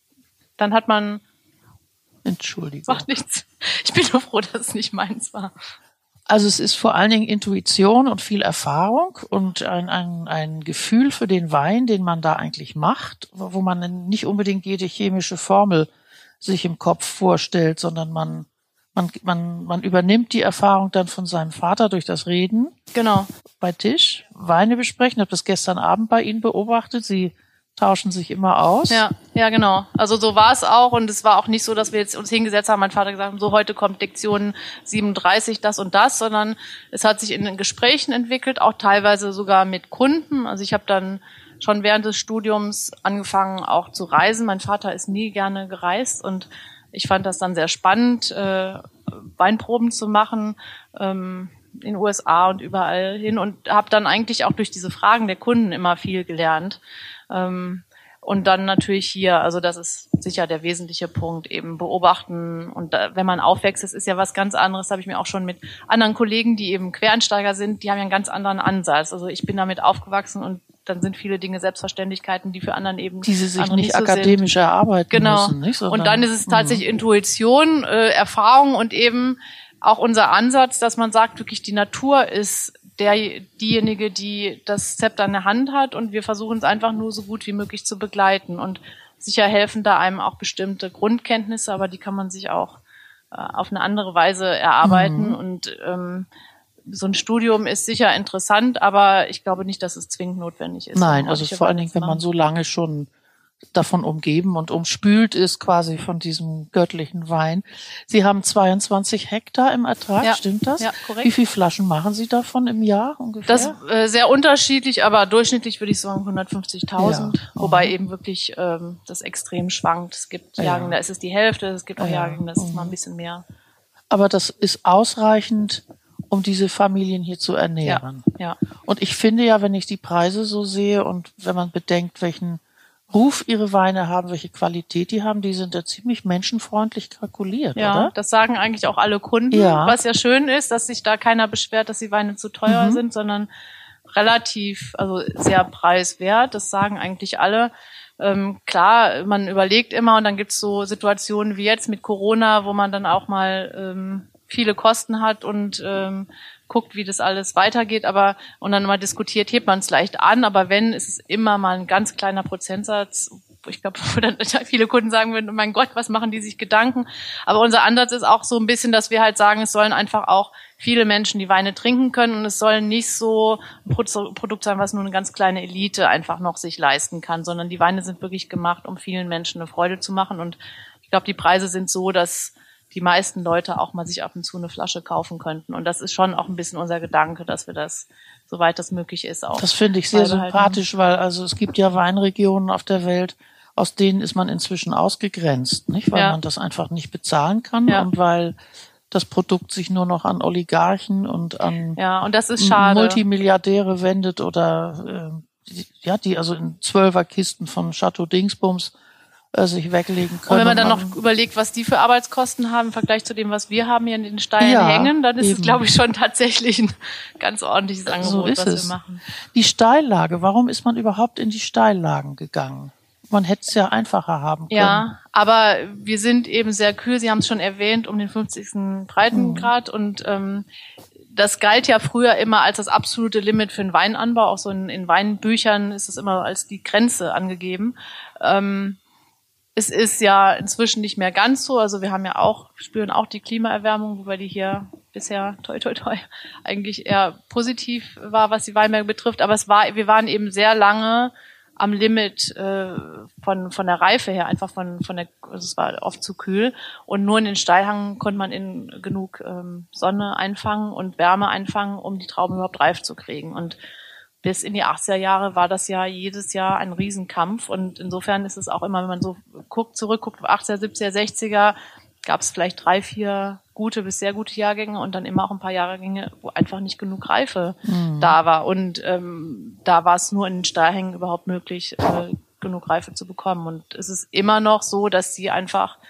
dann hat man... Entschuldigung. Macht nichts. Ich bin nur froh, dass es nicht meins war. Also es ist vor allen Dingen Intuition und viel Erfahrung und ein, ein, ein Gefühl für den Wein, den man da eigentlich macht, wo man nicht unbedingt jede chemische Formel sich im Kopf vorstellt, sondern man, man, man, man übernimmt die Erfahrung dann von seinem Vater durch das Reden. Genau. Bei Tisch, Weine besprechen. Ich habe das gestern Abend bei Ihnen beobachtet. Sie tauschen sich immer aus. Ja, ja, genau. Also so war es auch und es war auch nicht so, dass wir jetzt uns hingesetzt haben, mein Vater gesagt hat, so heute kommt Lektion siebenunddreißig, das und das, sondern es hat sich in den Gesprächen entwickelt, auch teilweise sogar mit Kunden. Also ich habe dann schon während des Studiums angefangen auch zu reisen. Mein Vater ist nie gerne gereist und ich fand das dann sehr spannend, äh, Weinproben zu machen, ähm, in den U S A und überall hin und habe dann eigentlich auch durch diese Fragen der Kunden immer viel gelernt. Ähm, und dann natürlich hier, also das ist sicher der wesentliche Punkt, eben beobachten. Und da, wenn man aufwächst, das ist ja was ganz anderes, habe ich mir auch schon mit anderen Kollegen, die eben Quereinsteiger sind, die haben ja einen ganz anderen Ansatz. Also ich bin damit aufgewachsen und dann sind viele Dinge Selbstverständlichkeiten, die für anderen eben die sie sich nicht, nicht so akademisch sind. erarbeiten genau. müssen. Nicht? Und dann ist es tatsächlich Intuition, äh, Erfahrung und eben auch unser Ansatz, dass man sagt, wirklich die Natur ist der, diejenige, die das Zepter in der Hand hat und wir versuchen es einfach nur so gut wie möglich zu begleiten und sicher helfen da einem auch bestimmte Grundkenntnisse, aber die kann man sich auch äh, auf eine andere Weise erarbeiten mhm. und ähm, so ein Studium ist sicher interessant, aber ich glaube nicht, dass es zwingend notwendig ist. Nein, also vor allen Dingen, wenn man so lange schon davon umgeben und umspült ist quasi von diesem göttlichen Wein. Sie haben zweiundzwanzig Hektar im Ertrag, ja, stimmt das? Ja, korrekt. Wie viele Flaschen machen Sie davon im Jahr ungefähr? Das äh, sehr unterschiedlich, aber durchschnittlich würde ich sagen hundertfünfzigtausend, ja. Wobei eben wirklich ähm, das extrem schwankt. Es gibt Jahrgänge, ja. Da ist es die Hälfte, es gibt auch ja. Jahrgänge, da ist es mal ein bisschen mehr. Aber das ist ausreichend, um diese Familien hier zu ernähren. Ja, ja. Und ich finde ja, wenn ich die Preise so sehe und wenn man bedenkt, welchen Ruf ihre Weine haben, welche Qualität die haben, die sind ja ziemlich menschenfreundlich kalkuliert, ja, oder? Das sagen eigentlich auch alle Kunden, ja. Was ja schön ist, dass sich da keiner beschwert, dass die Weine zu teuer mhm. sind, sondern relativ, also sehr preiswert. Das sagen eigentlich alle. Ähm, klar, man überlegt immer und dann gibt's so Situationen wie jetzt mit Corona, wo man dann auch mal ähm, viele Kosten hat und ähm, guckt, wie das alles weitergeht, aber und dann mal diskutiert, hebt man es leicht an, aber wenn, ist es immer mal ein ganz kleiner Prozentsatz, wo ich glaube, wo dann viele Kunden sagen würden, oh mein Gott, was machen die sich Gedanken? Aber unser Ansatz ist auch so ein bisschen, dass wir halt sagen, es sollen einfach auch viele Menschen die Weine trinken können und es soll nicht so ein Produkt sein, was nur eine ganz kleine Elite einfach noch sich leisten kann, sondern die Weine sind wirklich gemacht, um vielen Menschen eine Freude zu machen und ich glaube, die Preise sind so, dass die meisten Leute auch mal sich ab und zu eine Flasche kaufen könnten. Und das ist schon auch ein bisschen unser Gedanke, dass wir das, soweit das möglich ist, auch. Das finde ich sehr sympathisch, weil also es gibt ja Weinregionen auf der Welt, aus denen ist man inzwischen ausgegrenzt, nicht? Weil ja. man das einfach nicht bezahlen kann ja. und weil das Produkt sich nur noch an Oligarchen und an ja, und das ist schade. Multimilliardäre wendet oder äh, die, ja, die also in Zwölferkisten von Chateau Dingsbums sich weglegen können. Und wenn man dann noch überlegt, was die für Arbeitskosten haben im Vergleich zu dem, was wir haben hier in den Steilen ja, hängen, dann ist eben. Es, glaube ich, schon tatsächlich ein ganz ordentliches Angebot, so ist was es. wir machen. Die Steillage, warum ist man überhaupt in die Steillagen gegangen? Man hätte es ja einfacher haben können. Ja, aber wir sind eben sehr kühl, Sie haben es schon erwähnt, um den fünfzigsten Breitengrad mhm. und ähm, das galt ja früher immer als das absolute Limit für den Weinanbau. Auch so in, in Weinbüchern ist es immer als die Grenze angegeben. Ähm, Es ist ja inzwischen nicht mehr ganz so. Also wir haben ja auch, spüren auch die Klimaerwärmung, wobei die hier bisher toi toi toi eigentlich eher positiv war, was die Weinberge betrifft. Aber es war, wir waren eben sehr lange am Limit äh, von von der Reife her, einfach von von der, also es war oft zu kühl. Und nur in den Steilhang konnte man in genug ähm, Sonne einfangen und Wärme einfangen, um die Trauben überhaupt reif zu kriegen. Und bis in die achtziger Jahre war das ja jedes Jahr ein Riesenkampf und insofern ist es auch immer, wenn man so guckt, zurückguckt, achtziger, siebziger, sechziger, gab es vielleicht drei, vier gute bis sehr gute Jahrgänge und dann immer auch ein paar Jahrgänge, wo einfach nicht genug Reife mhm. da war und ähm, da war es nur in den Steilhängen überhaupt möglich, äh, genug Reife zu bekommen und es ist immer noch so, dass sie einfach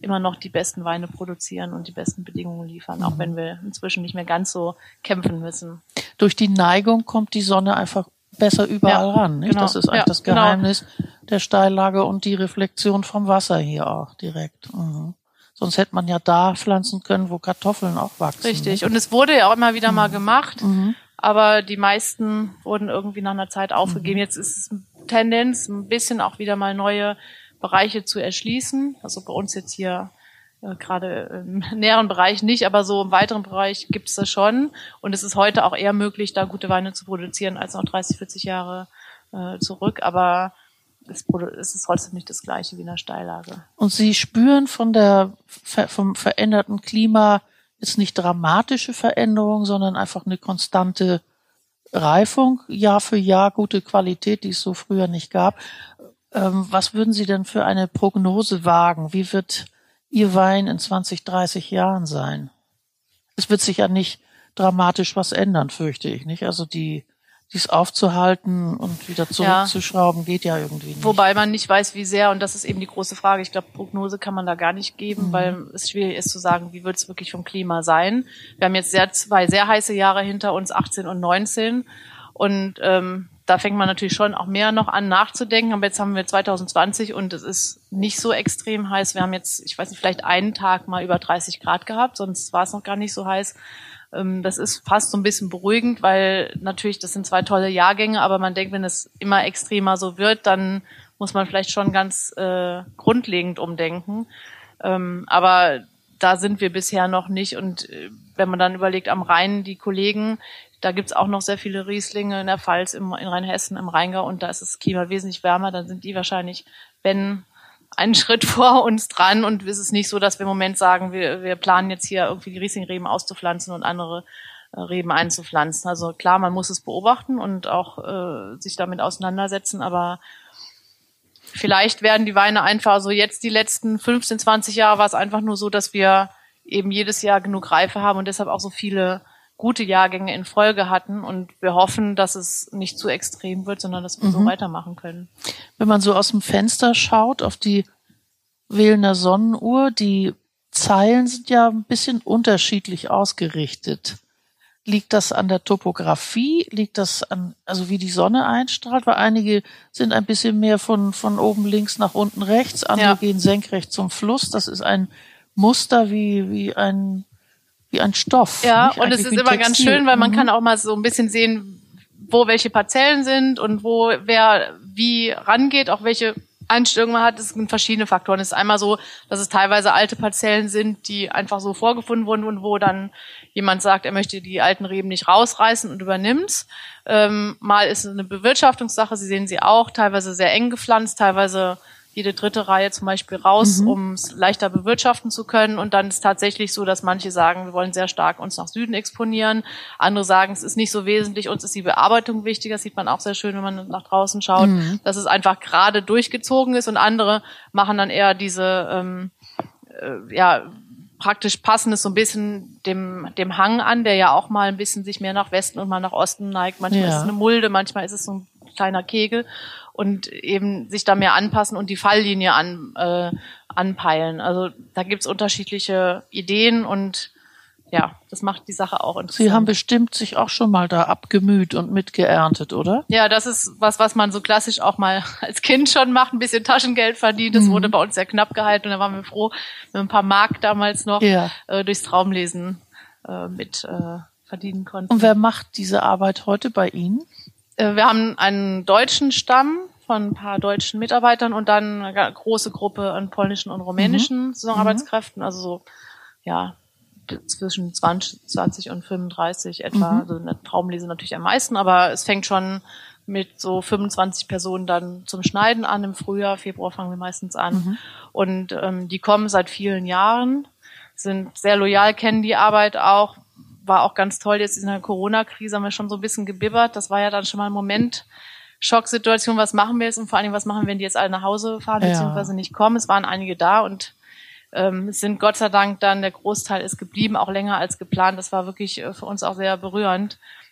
immer noch die besten Weine produzieren und die besten Bedingungen liefern, mhm. auch wenn wir inzwischen nicht mehr ganz so kämpfen müssen. Durch die Neigung kommt die Sonne einfach besser überall ja, ran. Nicht? Genau. Das ist eigentlich ja, das Geheimnis genau. der Steillage und die Reflexion vom Wasser hier auch direkt. Mhm. Sonst hätte man ja da pflanzen können, wo Kartoffeln auch wachsen. Richtig. Nicht? Und es wurde ja auch immer wieder mhm. mal gemacht, mhm. aber die meisten wurden irgendwie nach einer Zeit aufgegeben. Mhm. Jetzt ist es eine Tendenz, ein bisschen auch wieder mal neue Bereiche zu erschließen. Also bei uns jetzt hier äh, gerade im näheren Bereich nicht, aber so im weiteren Bereich gibt es das schon. Und es ist heute auch eher möglich, da gute Weine zu produzieren, als noch dreißig, vierzig Jahre äh, zurück. Aber es, es ist trotzdem nicht das Gleiche wie in der Steillage. Und Sie spüren von der vom veränderten Klima jetzt nicht dramatische Veränderungen, sondern einfach eine konstante Reifung, Jahr für Jahr, gute Qualität, die es so früher nicht gab. Ähm, was würden Sie denn für eine Prognose wagen? Wie wird Ihr Wein in zwanzig, dreißig Jahren sein? Es wird sich ja nicht dramatisch was ändern, fürchte ich, nicht? Also die, dies aufzuhalten und wieder zurückzuschrauben, ja. geht ja irgendwie nicht. Wobei man nicht weiß, wie sehr, und das ist eben die große Frage. Ich glaube, Prognose kann man da gar nicht geben, mhm. weil es schwierig ist zu sagen, wie wird es wirklich vom Klima sein. Wir haben jetzt sehr, zwei sehr heiße Jahre hinter uns, achtzehn und neunzehn. Und ähm, da fängt man natürlich schon auch mehr noch an nachzudenken. Aber jetzt haben wir zwanzig zwanzig und es ist nicht so extrem heiß. Wir haben jetzt, ich weiß nicht, vielleicht einen Tag mal über dreißig Grad gehabt, sonst war es noch gar nicht so heiß. Das ist fast so ein bisschen beruhigend, weil natürlich, das sind zwei tolle Jahrgänge, aber man denkt, wenn es immer extremer so wird, dann muss man vielleicht schon ganz äh, grundlegend umdenken. Ähm, aber da sind wir bisher noch nicht. Und äh, wenn man dann überlegt, am Rhein, die Kollegen, da gibt's auch noch sehr viele Rieslinge in der Pfalz, im, in Rheinhessen, im Rheingau, und da ist das Klima wesentlich wärmer. Dann sind die wahrscheinlich, wenn, einen Schritt vor uns dran, und es ist nicht so, dass wir im Moment sagen, wir, wir planen jetzt hier irgendwie die Rieslingreben auszupflanzen und andere äh, Reben einzupflanzen. Also klar, man muss es beobachten und auch äh, sich damit auseinandersetzen, aber vielleicht werden die Weine einfach, so jetzt die letzten fünfzehn, zwanzig Jahre war es einfach nur so, dass wir eben jedes Jahr genug Reife haben und deshalb auch so viele gute Jahrgänge in Folge hatten, und wir hoffen, dass es nicht zu extrem wird, sondern dass wir mhm. so weitermachen können. Wenn man so aus dem Fenster schaut auf die Wählener Sonnenuhr, die Zeilen sind ja ein bisschen unterschiedlich ausgerichtet. Liegt das an der Topografie? Liegt das an, also wie die Sonne einstrahlt? Weil einige sind ein bisschen mehr von, von oben links nach unten rechts, andere ja. gehen senkrecht zum Fluss. Das ist ein Muster wie, wie ein, wie ein Stoff. Ja, nicht? Und Eigentlich es ist immer ganz schön, weil man mhm. kann auch mal so ein bisschen sehen, wo welche Parzellen sind und wo wer wie rangeht, auch welche Einstellungen man hat. Das sind verschiedene Faktoren. Es ist einmal so, dass es teilweise alte Parzellen sind, die einfach so vorgefunden wurden und wo dann jemand sagt, er möchte die alten Reben nicht rausreißen und übernimmt. Ähm, mal ist es eine Bewirtschaftungssache, Sie sehen sie auch, teilweise sehr eng gepflanzt, teilweise jede dritte Reihe zum Beispiel raus, mhm. um es leichter bewirtschaften zu können. Und dann ist es tatsächlich so, dass manche sagen, wir wollen sehr stark uns nach Süden exponieren. Andere sagen, es ist nicht so wesentlich, uns ist die Bearbeitung wichtig. Das sieht man auch sehr schön, wenn man nach draußen schaut, mhm. dass es einfach gerade durchgezogen ist. Und andere machen dann eher diese, ähm, äh, ja, praktisch passen es so ein bisschen dem dem Hang an, der ja auch mal ein bisschen sich mehr nach Westen und mal nach Osten neigt. Manchmal ja. ist es eine Mulde, manchmal ist es so ein kleiner Kegel. Und eben sich da mehr anpassen und die Falllinie an, äh, anpeilen. Also da gibt's unterschiedliche Ideen und ja, das macht die Sache auch interessant. Sie haben bestimmt sich auch schon mal da abgemüht und mitgeerntet, oder? Ja, das ist was, was man so klassisch auch mal als Kind schon macht, ein bisschen Taschengeld verdient. Das mhm. wurde bei uns sehr knapp gehalten und da waren wir froh, wenn wir ein paar Mark damals noch ja. äh, durchs Traumlesen äh, mit äh, verdienen konnten. Und wer macht diese Arbeit heute bei Ihnen? Wir haben einen deutschen Stamm von ein paar deutschen Mitarbeitern und dann eine große Gruppe an polnischen und rumänischen mhm. Saisonarbeitskräften, also so, ja, zwischen zwanzig und fünfunddreißig etwa. Mhm. Also in der Traumlese natürlich am meisten, aber es fängt schon mit so fünfundzwanzig Personen dann zum Schneiden an. Im Frühjahr, Februar fangen wir meistens an. Mhm. Und ähm, die kommen seit vielen Jahren, sind sehr loyal, kennen die Arbeit auch. War auch ganz toll, jetzt in der Corona-Krise haben wir schon so ein bisschen gebibbert. Das war ja dann schon mal ein Moment, Schocksituation, was machen wir jetzt und vor allem, was machen wir, wenn die jetzt alle nach Hause fahren, ja. beziehungsweise nicht kommen. Es waren einige da und ähm, es sind Gott sei Dank dann, der Großteil ist geblieben, auch länger als geplant. Das war wirklich äh, für uns auch sehr berührend.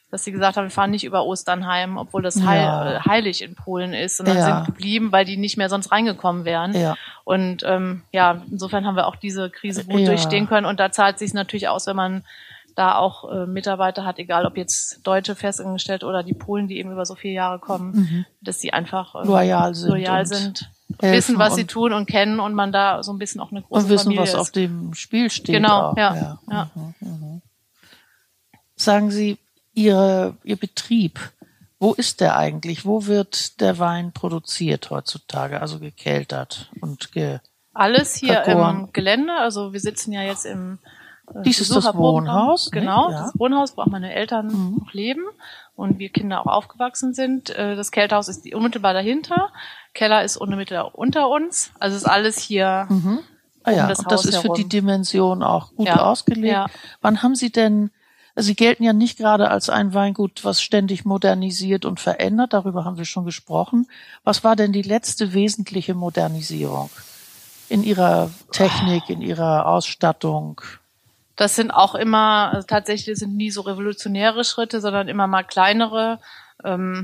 dass sie gesagt haben, wir fahren nicht über Ostern heim, obwohl das heil, Ja. heilig in Polen ist, sondern Ja. sind geblieben, weil die nicht mehr sonst reingekommen wären. Ja. Und ähm, ja, insofern haben wir auch diese Krise gut Ja. durchstehen können. Und da zahlt es sich natürlich aus, wenn man da auch äh, Mitarbeiter hat, egal ob jetzt Deutsche festangestellt oder die Polen, die eben über so viele Jahre kommen, Mhm. dass die einfach äh, Loyal sind loyal und sind, helfen wissen, was sie und- tun und kennen und man da so ein bisschen auch eine große Und wissen, Familie was ist. auf dem Spiel steht. Genau, auch. ja, ja. Mhm, mhm. Sagen Sie, Ihre, Ihr Betrieb, wo ist der eigentlich? Wo wird der Wein produziert heutzutage? Also gekeltert und ge... Alles hier vergoren. im Gelände, also wir sitzen ja jetzt im äh, Dies ist das Besucherprogramm. Wohnhaus, ne? Genau, Ja. das Wohnhaus, wo auch meine Eltern Mhm. noch leben und wir Kinder auch aufgewachsen sind. Äh, Das Kältehaus ist die- unmittelbar dahinter, Keller ist unmittelbar unter uns, also ist alles hier. Mhm. Ah ja, um das und das Haus ist für herum. die Dimension auch gut Ja, ausgelegt. ja. Wann haben Sie denn, also Sie gelten ja nicht gerade als ein Weingut, was ständig modernisiert und verändert, darüber haben wir schon gesprochen. Was war denn die letzte wesentliche Modernisierung in Ihrer Technik, in Ihrer Ausstattung? Das sind auch immer, also tatsächlich sind nie so revolutionäre Schritte, sondern immer mal kleinere. Ähm,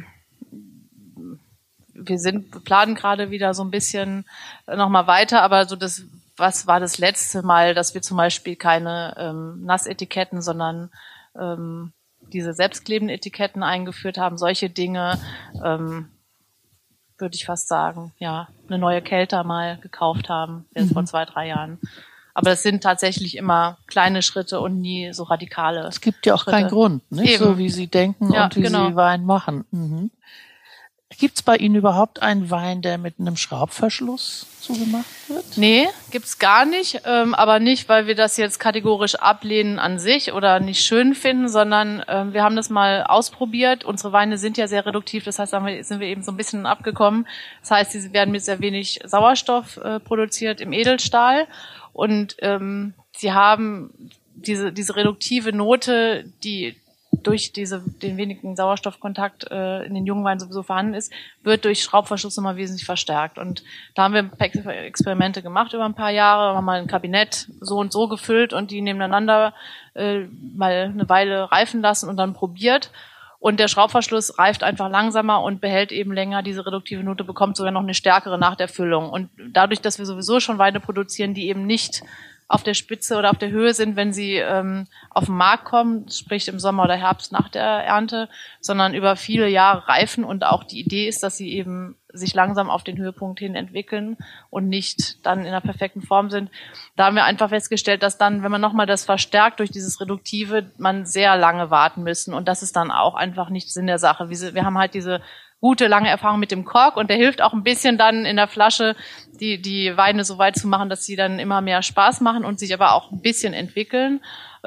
wir sind, wir planen gerade wieder so ein bisschen nochmal weiter, aber so das, was war das letzte Mal, dass wir zum Beispiel keine ähm, Nassetiketten, sondern ähm, diese selbstklebenden Etiketten eingeführt haben, solche Dinge, ähm, würde ich fast sagen, ja, eine neue Kelter mal gekauft haben, jetzt Mhm. vor zwei, drei Jahren. Aber das sind tatsächlich immer kleine Schritte und nie so radikale. Es gibt ja auch Schritte. keinen Grund, nicht? Eben. So wie Sie denken Ja, und wie genau. Sie Wein machen. Mhm. Gibt es bei Ihnen überhaupt einen Wein, der mit einem Schraubverschluss zugemacht wird? Nee, gibt's gar nicht, ähm, aber nicht, weil wir das jetzt kategorisch ablehnen an sich oder nicht schön finden, sondern ähm, wir haben das mal ausprobiert. Unsere Weine sind ja sehr reduktiv, das heißt, da haben wir- sind wir eben so ein bisschen abgekommen. Das heißt, sie werden mit sehr wenig Sauerstoff äh, produziert im Edelstahl und ähm, sie haben diese diese reduktive Note, die durch diese, den wenigen Sauerstoffkontakt äh, in den jungen Weinen sowieso vorhanden ist, wird durch Schraubverschluss nochmal wesentlich verstärkt. Und da haben wir ein paar Ex- Experimente gemacht über ein paar Jahre, haben mal ein Kabinett so und so gefüllt und die nebeneinander äh, mal eine Weile reifen lassen und dann probiert. Und der Schraubverschluss reift einfach langsamer und behält eben länger diese reduktive Note, bekommt sogar noch eine stärkere nach der Füllung. Und dadurch, dass wir sowieso schon Weine produzieren, die eben nicht auf der Spitze oder auf der Höhe sind, wenn sie ähm, auf den Markt kommen, sprich im Sommer oder Herbst nach der Ernte, sondern über viele Jahre reifen und auch die Idee ist, dass sie eben sich langsam auf den Höhepunkt hin entwickeln und nicht dann in der perfekten Form sind. Da haben wir einfach festgestellt, dass dann, wenn man nochmal das verstärkt durch dieses Reduktive, man sehr lange warten müssen und das ist dann auch einfach nicht Sinn der Sache. Wir wir haben halt diese gute, lange Erfahrung mit dem Kork und der hilft auch ein bisschen dann in der Flasche, die, die Weine so weit zu machen, dass sie dann immer mehr Spaß machen und sich aber auch ein bisschen entwickeln.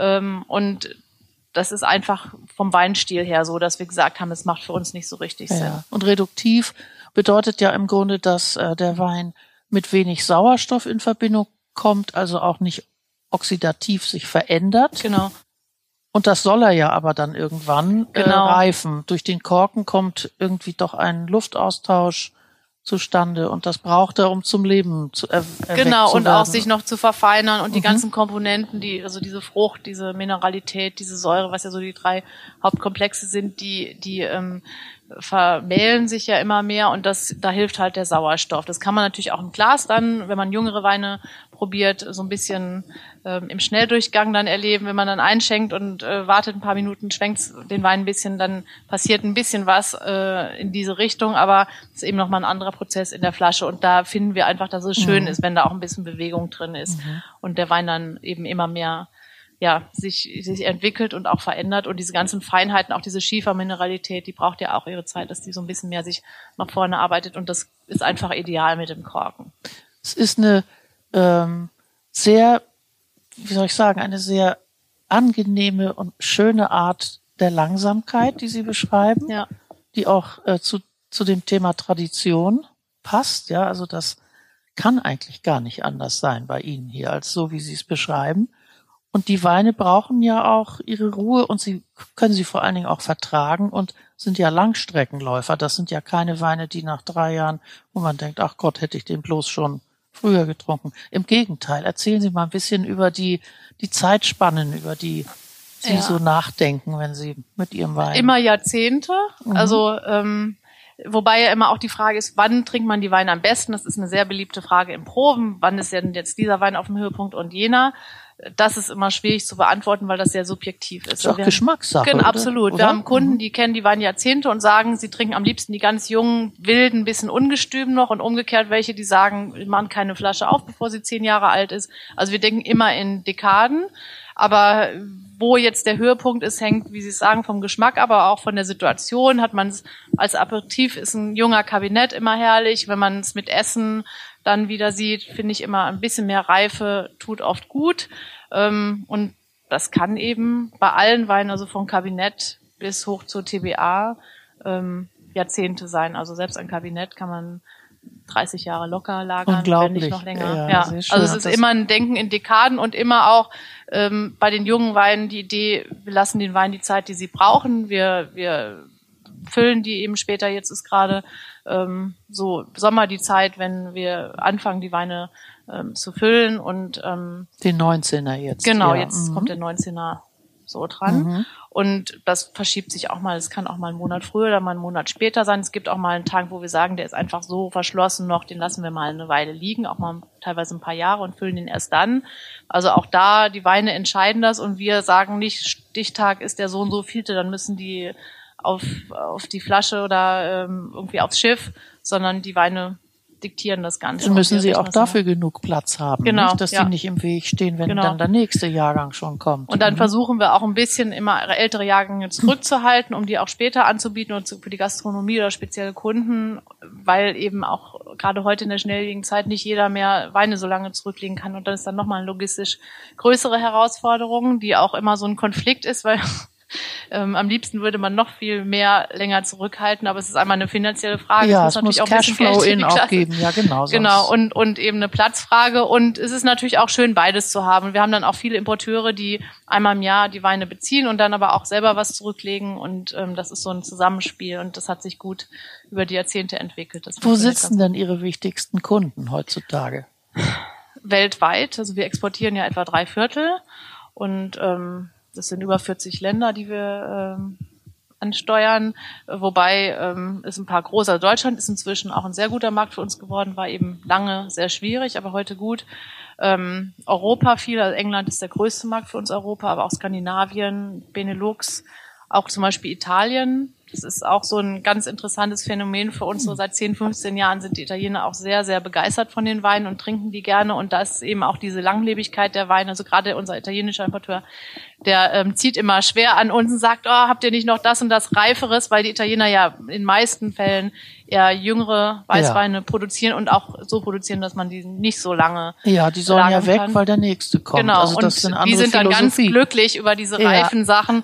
Und das ist einfach vom Weinstil her so, dass wir gesagt haben, es macht für uns nicht so richtig Sinn. Ja. Und reduktiv bedeutet ja im Grunde, dass äh, der Wein mit wenig Sauerstoff in Verbindung kommt, also auch nicht oxidativ sich verändert. Genau. Und das soll er ja aber dann irgendwann äh, Genau. reifen. Durch den Korken kommt irgendwie doch ein Luftaustausch zustande und das braucht er, um zum Leben zu er erweckt Genau, zu und werden. auch sich noch zu verfeinern und die Mhm. ganzen Komponenten, die, also diese Frucht, diese Mineralität, diese Säure, was ja so die drei Hauptkomplexe sind, die, die ähm, vermählen sich ja immer mehr und das, da hilft halt der Sauerstoff. Das kann man natürlich auch im Glas dann, wenn man jüngere Weine probiert, so ein bisschen ähm, im Schnelldurchgang dann erleben, wenn man dann einschenkt und äh, wartet ein paar Minuten, schwenkt den Wein ein bisschen, dann passiert ein bisschen was äh, in diese Richtung, aber es ist eben nochmal ein anderer Prozess in der Flasche und da finden wir einfach, dass es schön Mhm. ist, wenn da auch ein bisschen Bewegung drin ist Mhm. und der Wein dann eben immer mehr ja, sich, sich entwickelt und auch verändert und diese ganzen Feinheiten, auch diese Schiefermineralität, die braucht ja auch ihre Zeit, dass die so ein bisschen mehr sich nach vorne arbeitet und das ist einfach ideal mit dem Korken. Es ist eine ähm, sehr, wie soll ich sagen, eine sehr angenehme und schöne Art der Langsamkeit, die Sie beschreiben, Ja. die auch äh, zu, zu dem Thema Tradition passt. Ja, also das kann eigentlich gar nicht anders sein bei Ihnen hier, als so, wie Sie es beschreiben. Und die Weine brauchen ja auch ihre Ruhe und sie können sie vor allen Dingen auch vertragen und sind ja Langstreckenläufer. Das sind ja keine Weine, die nach drei Jahren, wo man denkt, ach Gott, hätte ich den bloß schon früher getrunken. Im Gegenteil, erzählen Sie mal ein bisschen über die, die Zeitspannen, über die Sie ja. so nachdenken, wenn Sie mit Ihrem Wein? Immer Jahrzehnte. Mhm. Also ähm, wobei ja immer auch die Frage ist, wann trinkt man die Weine am besten? Das ist eine sehr beliebte Frage im Proben. Wann ist denn jetzt dieser Wein auf dem Höhepunkt und jener? Das ist immer schwierig zu beantworten, weil das sehr subjektiv ist. Das ist auch Geschmackssache. Genau, absolut. Oder? Wir haben Kunden, die kennen die Weine Jahrzehnte und sagen, sie trinken am liebsten die ganz jungen, wilden, bisschen ungestüm noch, und umgekehrt welche, die sagen, wir machen keine Flasche auf, bevor sie zehn Jahre alt ist. Also wir denken immer in Dekaden. Aber wo jetzt der Höhepunkt ist, hängt, wie Sie es sagen, vom Geschmack, aber auch von der Situation. Hat man es als Aperitif, ist ein junger Kabinett immer herrlich. Wenn man es mit Essen dann wieder sieht, finde ich immer ein bisschen mehr Reife tut oft gut. Und das kann eben bei allen Weinen, also vom Kabinett bis hoch zur T B A, Jahrzehnte sein. Also selbst ein Kabinett kann man dreißig Jahre locker lagern, wenn nicht noch länger. Ja, ja. Also es ist immer ein Denken in Dekaden und immer auch ähm, bei den jungen Weinen die Idee, wir lassen den Wein die Zeit, die sie brauchen. Wir wir füllen die eben später. Jetzt ist gerade ähm, so Sommer die Zeit, wenn wir anfangen, die Weine ähm, zu füllen. Und ähm, den neunzehner jetzt. Genau, ja. jetzt mhm. kommt der neunzehner so dran. Mhm. Und das verschiebt sich auch mal, es kann auch mal einen Monat früher oder mal einen Monat später sein. Es gibt auch mal einen Tag, wo wir sagen, der ist einfach so verschlossen noch, den lassen wir mal eine Weile liegen, auch mal teilweise ein paar Jahre, und füllen den erst dann. Also auch da, die Weine entscheiden das, und wir sagen nicht, Stichtag ist der so und so vielte, dann müssen die auf auf die Flasche oder ähm, irgendwie aufs Schiff, sondern die Weine diktieren das Ganze. Dann müssen Sie auch dafür genug Platz haben, genau, nicht, dass ja. die nicht im Weg stehen, wenn genau. dann der nächste Jahrgang schon kommt. Und dann mhm. versuchen wir auch ein bisschen immer ältere Jahrgänge zurückzuhalten, um die auch später anzubieten oder für die Gastronomie oder spezielle Kunden, weil eben auch gerade heute in der schnelllebigen Zeit nicht jeder mehr Weine so lange zurücklegen kann. Und das ist dann nochmal eine logistisch größere Herausforderung, die auch immer so ein Konflikt ist, weil Ähm, am liebsten würde man noch viel mehr länger zurückhalten, aber es ist einmal eine finanzielle Frage. Ja, es muss, es muss Cashflow in auch geben, ja genau. Genau, und und eben eine Platzfrage, und es ist natürlich auch schön, beides zu haben. Wir haben dann auch viele Importeure, die einmal im Jahr die Weine beziehen und dann aber auch selber was zurücklegen, und ähm, das ist so ein Zusammenspiel, und das hat sich gut über die Jahrzehnte entwickelt. Das Wo sitzen denn Ihre wichtigsten Kunden heutzutage? Weltweit, also wir exportieren ja etwa drei Viertel, und ähm, das sind über vierzig Länder, die wir ähm, ansteuern, wobei ähm, es ein paar große, also Deutschland ist inzwischen auch ein sehr guter Markt für uns geworden, war eben lange sehr schwierig, aber heute gut. Ähm, Europa viel, also England ist der größte Markt für uns, Europa, aber auch Skandinavien, Benelux, auch zum Beispiel Italien. Das ist auch so ein ganz interessantes Phänomen für uns. So seit zehn, fünfzehn Jahren sind die Italiener auch sehr, sehr begeistert von den Weinen und trinken die gerne. Und da ist eben auch diese Langlebigkeit der Weine. Also gerade unser italienischer Importeur, der ähm, zieht immer schwer an uns und sagt, oh, habt ihr nicht noch das und das Reiferes? Weil die Italiener ja in den meisten Fällen eher jüngere Weißweine ja. produzieren und auch so produzieren, dass man die nicht so lange Ja, die sollen ja weg, kann. Weil der nächste kommt. Genau, also das und sind die sind dann Philosophie. ganz glücklich über diese reifen ja. Sachen.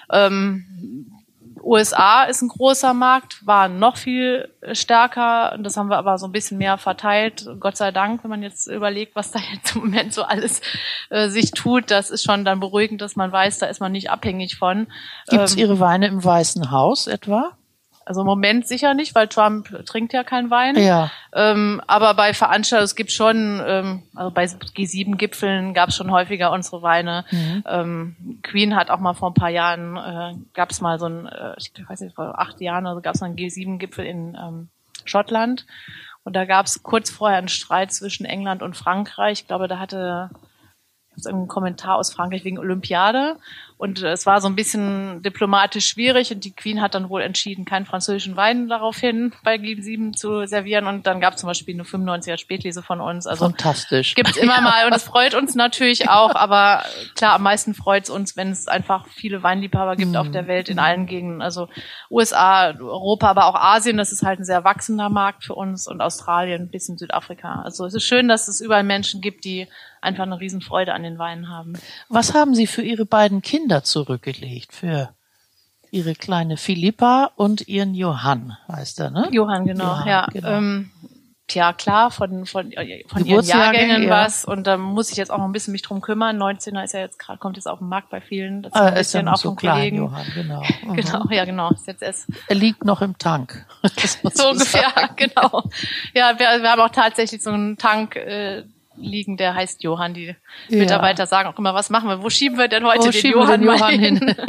Ähm, U S A ist ein großer Markt, war noch viel stärker. Das haben wir aber so ein bisschen mehr verteilt. Gott sei Dank, wenn man jetzt überlegt, was da jetzt im Moment so alles äh, sich tut, das ist schon dann beruhigend, dass man weiß, da ist man nicht abhängig von. Gibt es ähm, Ihre Weine im Weißen Haus etwa? Also im Moment sicher nicht, weil Trump trinkt ja keinen Wein. Ja. Ähm, aber bei Veranstaltungen, es gibt schon, ähm, also bei G sieben Gipfeln gab es schon häufiger unsere Weine. Mhm. Ähm, Queen hat auch mal vor ein paar Jahren, äh, gab es mal so ein, äh, ich weiß nicht, vor acht Jahren, also gab es mal einen G sieben Gipfel in ähm, Schottland. Und da gab es kurz vorher einen Streit zwischen England und Frankreich. Ich glaube, da hatte einen Kommentar aus Frankreich wegen Olympiade, und es war so ein bisschen diplomatisch schwierig, und die Queen hat dann wohl entschieden, keinen französischen Wein daraufhin bei G sieben zu servieren, und dann gab es zum Beispiel eine fünfundneunziger Spätlese von uns. Also fantastisch. Gibt's immer mal, und es freut uns natürlich auch, aber klar, am meisten freut's uns, wenn es einfach viele Weinliebhaber gibt mm. auf der Welt in allen Gegenden, also U S A, Europa, aber auch Asien, das ist halt ein sehr wachsender Markt für uns, und Australien, ein bisschen Südafrika. Also es ist schön, dass es überall Menschen gibt, die einfach eine Riesenfreude an den Weinen haben. Was haben Sie für Ihre beiden Kinder zurückgelegt? Für Ihre kleine Philippa und Ihren Johann, heißt er, ne? Johann, genau, Johann, ja. Genau. Ähm, tja, klar, von, von, von ihren Jahrgängen ja. was, und da muss ich jetzt auch noch ein bisschen mich drum kümmern. neunzehner ist ja jetzt gerade, kommt jetzt auf den Markt bei vielen. Das ist ah, ein bisschen ist auch so von klein, Kollegen. Johann, genau. Mhm. Genau, ja, genau. Ist jetzt erst er liegt noch im Tank. So ungefähr, genau. Ja, wir, wir haben auch tatsächlich so einen Tank, äh, liegen, der heißt Johann. Die ja. Mitarbeiter sagen auch immer, was machen wir? Wo schieben wir denn heute Wo den Johann, den Johann hin? hin?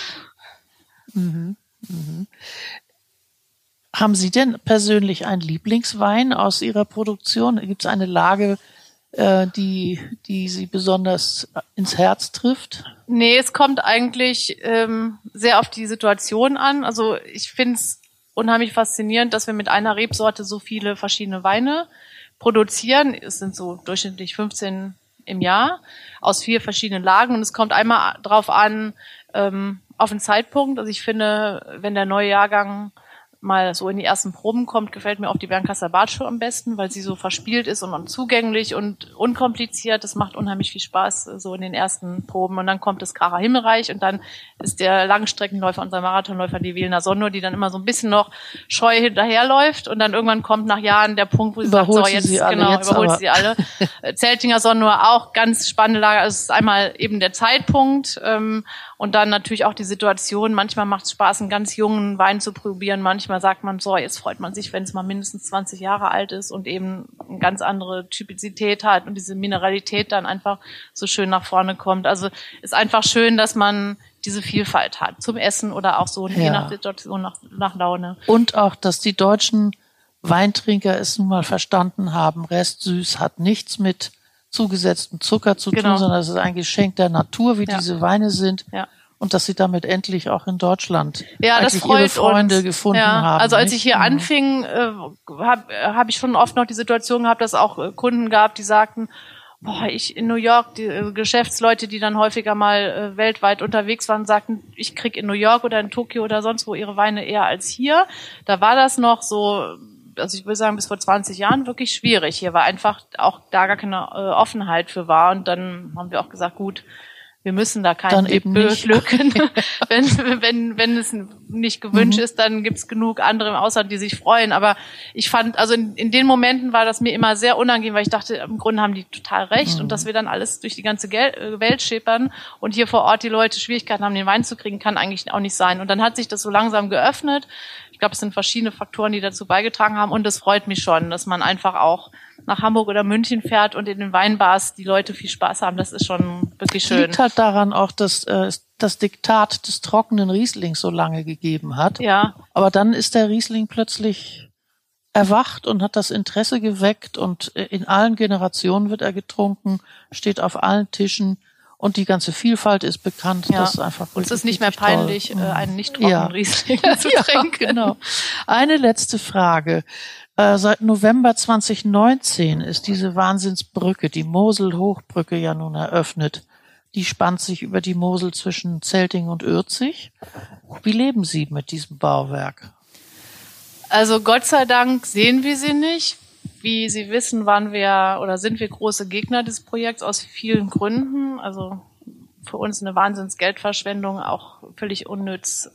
mhm. Mhm. Haben Sie denn persönlich einen Lieblingswein aus Ihrer Produktion? Gibt es eine Lage, äh, die, die Sie besonders ins Herz trifft? Nee, es kommt eigentlich ähm, sehr auf die Situation an. Also ich finde es unheimlich faszinierend, dass wir mit einer Rebsorte so viele verschiedene Weine produzieren. Es sind so durchschnittlich fünfzehn im Jahr aus vier verschiedenen Lagen. Und es kommt einmal drauf an, ähm, auf den Zeitpunkt. Also ich finde, wenn der neue Jahrgang mal so in die ersten Proben kommt, gefällt mir auch die Bianca Sabaccio am besten, weil sie so verspielt ist und zugänglich und unkompliziert. Das macht unheimlich viel Spaß, so in den ersten Proben. Und dann kommt das Kracher Himmelreich und dann ist der Langstreckenläufer, unser Marathonläufer, die Vilna Sonno, die dann immer so ein bisschen noch scheu hinterherläuft und dann irgendwann kommt nach Jahren der Punkt, wo sie überholt sagt, so jetzt, sie alle, genau, jetzt überholt aber. sie alle. Zeltinger Sonno auch ganz spannende Lage. Also es ist einmal eben der Zeitpunkt ähm, und dann natürlich auch die Situation. Manchmal macht es Spaß, einen ganz jungen Wein zu probieren. Manchmal sagt man, so, jetzt freut man sich, wenn es mal mindestens zwanzig Jahre alt ist und eben eine ganz andere Typizität hat und diese Mineralität dann einfach so schön nach vorne kommt. Also ist einfach schön, dass man diese Vielfalt hat zum Essen oder auch so, ja. je nach Situation, nach, nach Laune. Und auch, dass die deutschen Weintrinker es nun mal verstanden haben, Restsüß hat nichts mit zugesetztem Zucker zu genau. tun, sondern es ist ein Geschenk der Natur, wie ja. diese Weine sind. Ja. Und dass sie damit endlich auch in Deutschland ja, das freut ihre Freunde uns. gefunden ja, haben. Also als nicht? ich hier mhm. anfing, äh, habe hab ich schon oft noch die Situation gehabt, dass auch äh, Kunden gab, die sagten, boah, ich in New York, die äh, Geschäftsleute, die dann häufiger mal äh, weltweit unterwegs waren, sagten, ich krieg in New York oder in Tokio oder sonst wo ihre Weine eher als hier. Da war das noch so, also ich würde sagen, bis vor zwanzig Jahren wirklich schwierig. Hier war einfach auch da gar keine äh, Offenheit für war. Und dann haben wir auch gesagt, gut, wir müssen da keinen Weg beglücken. wenn, wenn, wenn es nicht gewünscht mhm. ist, dann gibt's genug andere im Ausland, die sich freuen. Aber ich fand, also in, in den Momenten war das mir immer sehr unangenehm, weil ich dachte, im Grunde haben die total recht mhm. und dass wir dann alles durch die ganze Gel- Welt schippern und hier vor Ort die Leute Schwierigkeiten haben, den Wein zu kriegen, kann eigentlich auch nicht sein. Und dann hat sich das so langsam geöffnet. Ich glaube, es sind verschiedene Faktoren, die dazu beigetragen haben. Und es freut mich schon, dass man einfach auch nach Hamburg oder München fährt und in den Weinbars die Leute viel Spaß haben. Das ist schon wirklich schön. Liegt halt daran auch, dass äh, das Diktat des trockenen Rieslings so lange gegeben hat. Ja. Aber dann ist der Riesling plötzlich erwacht und hat das Interesse geweckt und in allen Generationen wird er getrunken, steht auf allen Tischen. Und die ganze Vielfalt ist bekannt. Ja. Das ist einfach und es ist nicht mehr peinlich, toll. einen nicht trockenen ja. Riesling zu trinken. Ja, genau. Eine letzte Frage. Äh, seit November zwanzig neunzehn ist diese Wahnsinnsbrücke, die Mosel-Hochbrücke, ja nun eröffnet. Die spannt sich über die Mosel zwischen Zelting und Ürzig. Wie leben Sie mit diesem Bauwerk? Also Gott sei Dank sehen wir sie nicht. Wie Sie wissen, waren wir oder sind wir große Gegner des Projekts aus vielen Gründen. Also für uns eine Wahnsinns-Geldverschwendung, auch völlig unnütz.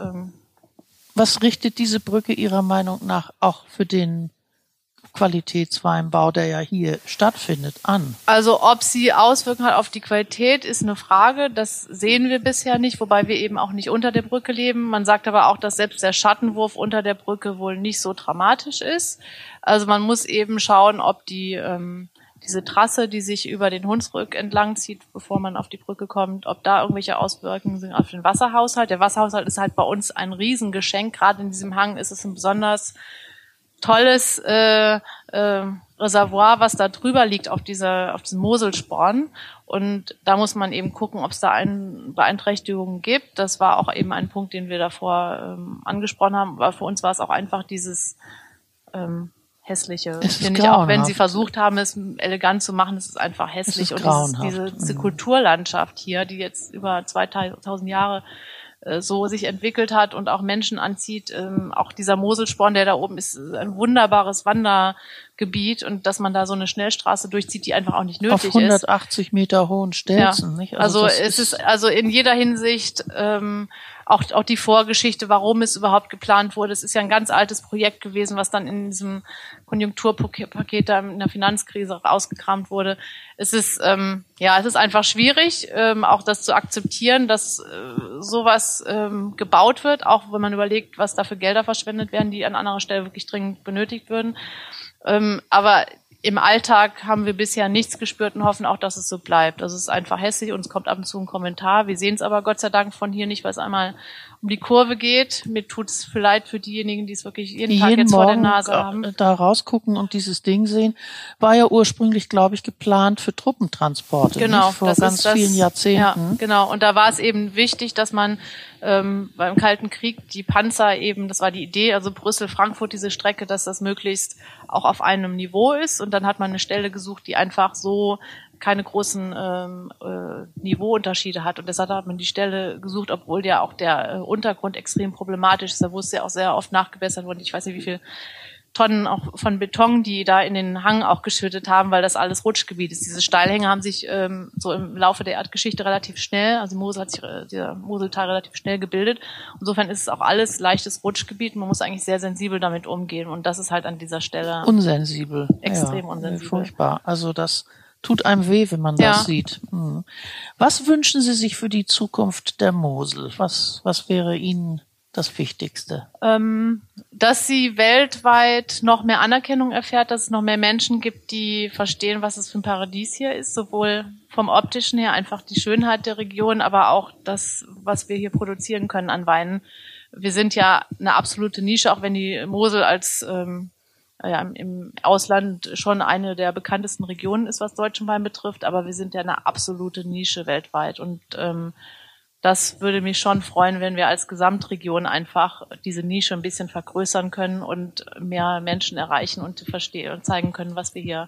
Was richtet diese Brücke Ihrer Meinung nach auch für den Qualitätsweinbau, der ja hier stattfindet, an? Also ob sie Auswirkungen hat auf die Qualität, ist eine Frage. Das sehen wir bisher nicht, wobei wir eben auch nicht unter der Brücke leben. Man sagt aber auch, dass selbst der Schattenwurf unter der Brücke wohl nicht so dramatisch ist. Also man muss eben schauen, ob die ähm, diese Trasse, die sich über den Hunsrück entlang zieht, bevor man auf die Brücke kommt, ob da irgendwelche Auswirkungen sind auf den Wasserhaushalt. Der Wasserhaushalt ist halt bei uns ein Riesengeschenk. Gerade in diesem Hang ist es ein besonders tolles äh, äh, Reservoir, was da drüber liegt auf dieser auf diesem Moselsporn. Und da muss man eben gucken, ob es da ein, Beeinträchtigungen gibt. Das war auch eben ein Punkt, den wir davor ähm, angesprochen haben. Aber für uns war es auch einfach dieses ähm, hässliche. Finde ich auch, wenn sie versucht haben, es elegant zu machen, ist es einfach hässlich. Es ist und dieses, diese, diese Kulturlandschaft hier, die jetzt über zweitausend Jahre so sich entwickelt hat und auch Menschen anzieht. Ähm, auch dieser Moselsporn, der da oben ist, ist ein wunderbares Wandergebiet und dass man da so eine Schnellstraße durchzieht, die einfach auch nicht nötig ist. Auf hundertachtzig Meter hohen Stelzen, ja. nicht? Also, also es ist, ist also in jeder Hinsicht ähm, auch auch die Vorgeschichte, warum es überhaupt geplant wurde. Es ist ja ein ganz altes Projekt gewesen, was dann in diesem Konjunkturpaket da in der Finanzkrise rausgekramt wurde. Es ist ähm, ja, es ist einfach schwierig, ähm, auch das zu akzeptieren, dass äh, sowas ähm, gebaut wird, auch wenn man überlegt, was da für Gelder verschwendet werden, die an anderer Stelle wirklich dringend benötigt würden. Ähm, aber im Alltag haben wir bisher nichts gespürt und hoffen auch, dass es so bleibt. Also es ist einfach hässlich und es kommt ab und zu ein Kommentar. Wir sehen es aber Gott sei Dank von hier nicht, weil es einmal um die Kurve geht. Mir tut es viel leid für diejenigen, die es wirklich jeden die Tag jeden jetzt Morgen vor der Nase haben. Da rausgucken und dieses Ding sehen, war ja ursprünglich, glaube ich, geplant für Truppentransporte. Genau, nicht? Vor das ganz ist das, vielen Jahrzehnten. Ja, genau. Und da war es eben wichtig, dass man ähm, beim Kalten Krieg die Panzer eben, das war die Idee, also Brüssel-Frankfurt, diese Strecke, dass das möglichst auch auf einem Niveau ist. Und dann hat man eine Stelle gesucht, die einfach so keine großen ähm, äh, Niveauunterschiede hat. Und deshalb hat man die Stelle gesucht, obwohl ja auch der äh, Untergrund extrem problematisch ist. Da wurde ja auch sehr oft nachgebessert worden. Ich weiß nicht, wie viel Tonnen auch von Beton, die da in den Hang auch geschüttet haben, weil das alles Rutschgebiet ist. Diese Steilhänge haben sich ähm, so im Laufe der Erdgeschichte relativ schnell, also die Mosel hat sich, äh, der Moseltal relativ schnell gebildet. Insofern ist es auch alles leichtes Rutschgebiet. Man muss eigentlich sehr sensibel damit umgehen. Und das ist halt an dieser Stelle unsensibel. Extrem ja, unsensibel. Furchtbar. Also das tut einem weh, wenn man das ja. sieht. Hm. Was wünschen Sie sich für die Zukunft der Mosel? Was, was wäre Ihnen das Wichtigste? Ähm, dass sie weltweit noch mehr Anerkennung erfährt, dass es noch mehr Menschen gibt, die verstehen, was es für ein Paradies hier ist, sowohl vom optischen her, einfach die Schönheit der Region, aber auch das, was wir hier produzieren können an Weinen. Wir sind ja eine absolute Nische, auch wenn die Mosel als ähm, ja, im Ausland schon eine der bekanntesten Regionen ist, was deutschen Wein betrifft, aber wir sind ja eine absolute Nische weltweit und ähm, das würde mich schon freuen, wenn wir als Gesamtregion einfach diese Nische ein bisschen vergrößern können und mehr Menschen erreichen und verstehen und zeigen können, was wir hier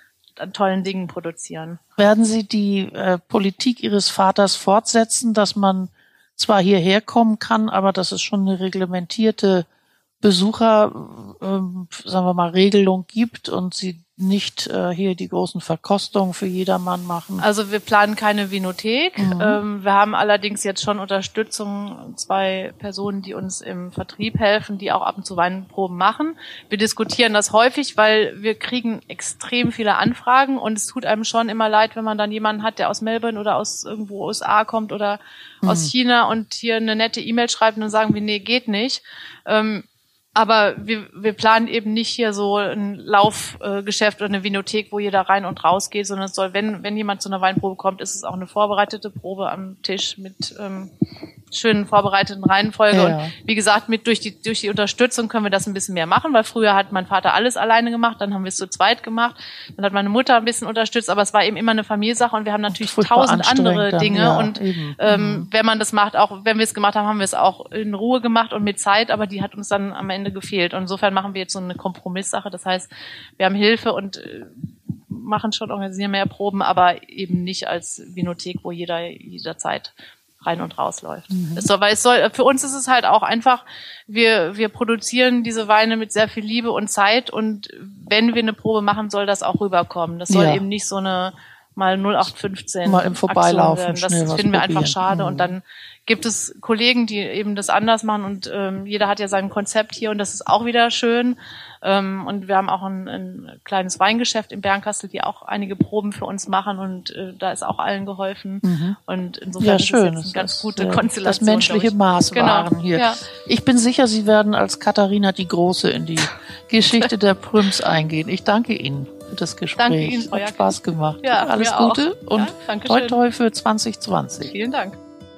an tollen Dingen produzieren. Werden Sie die äh, Politik Ihres Vaters fortsetzen, dass man zwar hierher kommen kann, aber dass es schon eine reglementierte Besucher, ähm, sagen wir mal, Regelung gibt und Sie nicht äh, hier die großen Verkostungen für jedermann machen? Also wir planen keine Vinothek. Mhm. Ähm, wir haben allerdings jetzt schon Unterstützung, zwei Personen, die uns im Vertrieb helfen, die auch ab und zu Weinproben machen. Wir diskutieren das häufig, weil wir kriegen extrem viele Anfragen und es tut einem schon immer leid, wenn man dann jemanden hat, der aus Melbourne oder aus irgendwo U S A kommt oder mhm. aus China und hier eine nette E-Mail schreibt und dann sagen wir, nee, geht nicht. Ähm, Aber wir, wir planen eben nicht hier so ein Laufgeschäft oder eine Vinothek, wo jeder rein und raus geht, sondern es soll, wenn, wenn jemand zu einer Weinprobe kommt, ist es auch eine vorbereitete Probe am Tisch mit ähm, schönen vorbereiteten Reihenfolge. Ja. Und wie gesagt, mit durch die durch die Unterstützung können wir das ein bisschen mehr machen, weil früher hat mein Vater alles alleine gemacht, dann haben wir es zu zweit gemacht, dann hat meine Mutter ein bisschen unterstützt, aber es war eben immer eine Familiensache und wir haben natürlich tausend andere Dinge dann, ja, und ähm, mhm. wenn man das macht, auch wenn wir es gemacht haben, haben wir es auch in Ruhe gemacht und mit Zeit, aber die hat uns dann am Ende gefehlt. Und insofern machen wir jetzt so eine Kompromisssache. Das heißt, wir haben Hilfe und äh, machen schon, organisieren mehr Proben, aber eben nicht als Vinothek, wo jeder jederzeit rein und raus läuft. Mhm. Es soll, weil es soll, für uns ist es halt auch einfach, wir, wir produzieren diese Weine mit sehr viel Liebe und Zeit und wenn wir eine Probe machen, soll das auch rüberkommen. Das soll ja. eben nicht so eine mal null acht fünfzehn mal im Vorbeilaufen. Das finden wir probieren. einfach schade. Mhm. Und dann gibt es Kollegen, die eben das anders machen und ähm, jeder hat ja sein Konzept hier und das ist auch wieder schön. Ähm, und wir haben auch ein, ein kleines Weingeschäft in Bernkastel, die auch einige Proben für uns machen und äh, da ist auch allen geholfen. Mhm. Und insofern ja, ist schön. es jetzt eine ganz das, gute äh, Konstellation. Das menschliche Maß genau. waren hier. Ja. Ich bin sicher, Sie werden als Katharina die Große in die Geschichte der Prüms eingehen. Ich danke Ihnen für das Gespräch. Danke Ihnen, Frau Hat Spaß gemacht. Ja, alles Gute auch. und ja, toi toi für zwanzig zwanzig. Vielen Dank.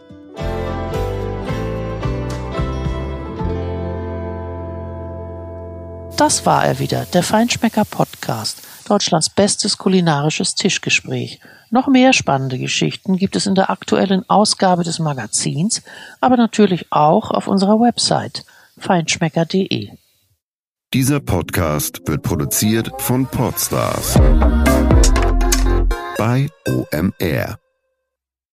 Das war er wieder, der Feinschmecker-Podcast, Deutschlands bestes kulinarisches Tischgespräch. Noch mehr spannende Geschichten gibt es in der aktuellen Ausgabe des Magazins, aber natürlich auch auf unserer Website feinschmecker punkt de. Dieser Podcast wird produziert von Podstars bei O M R.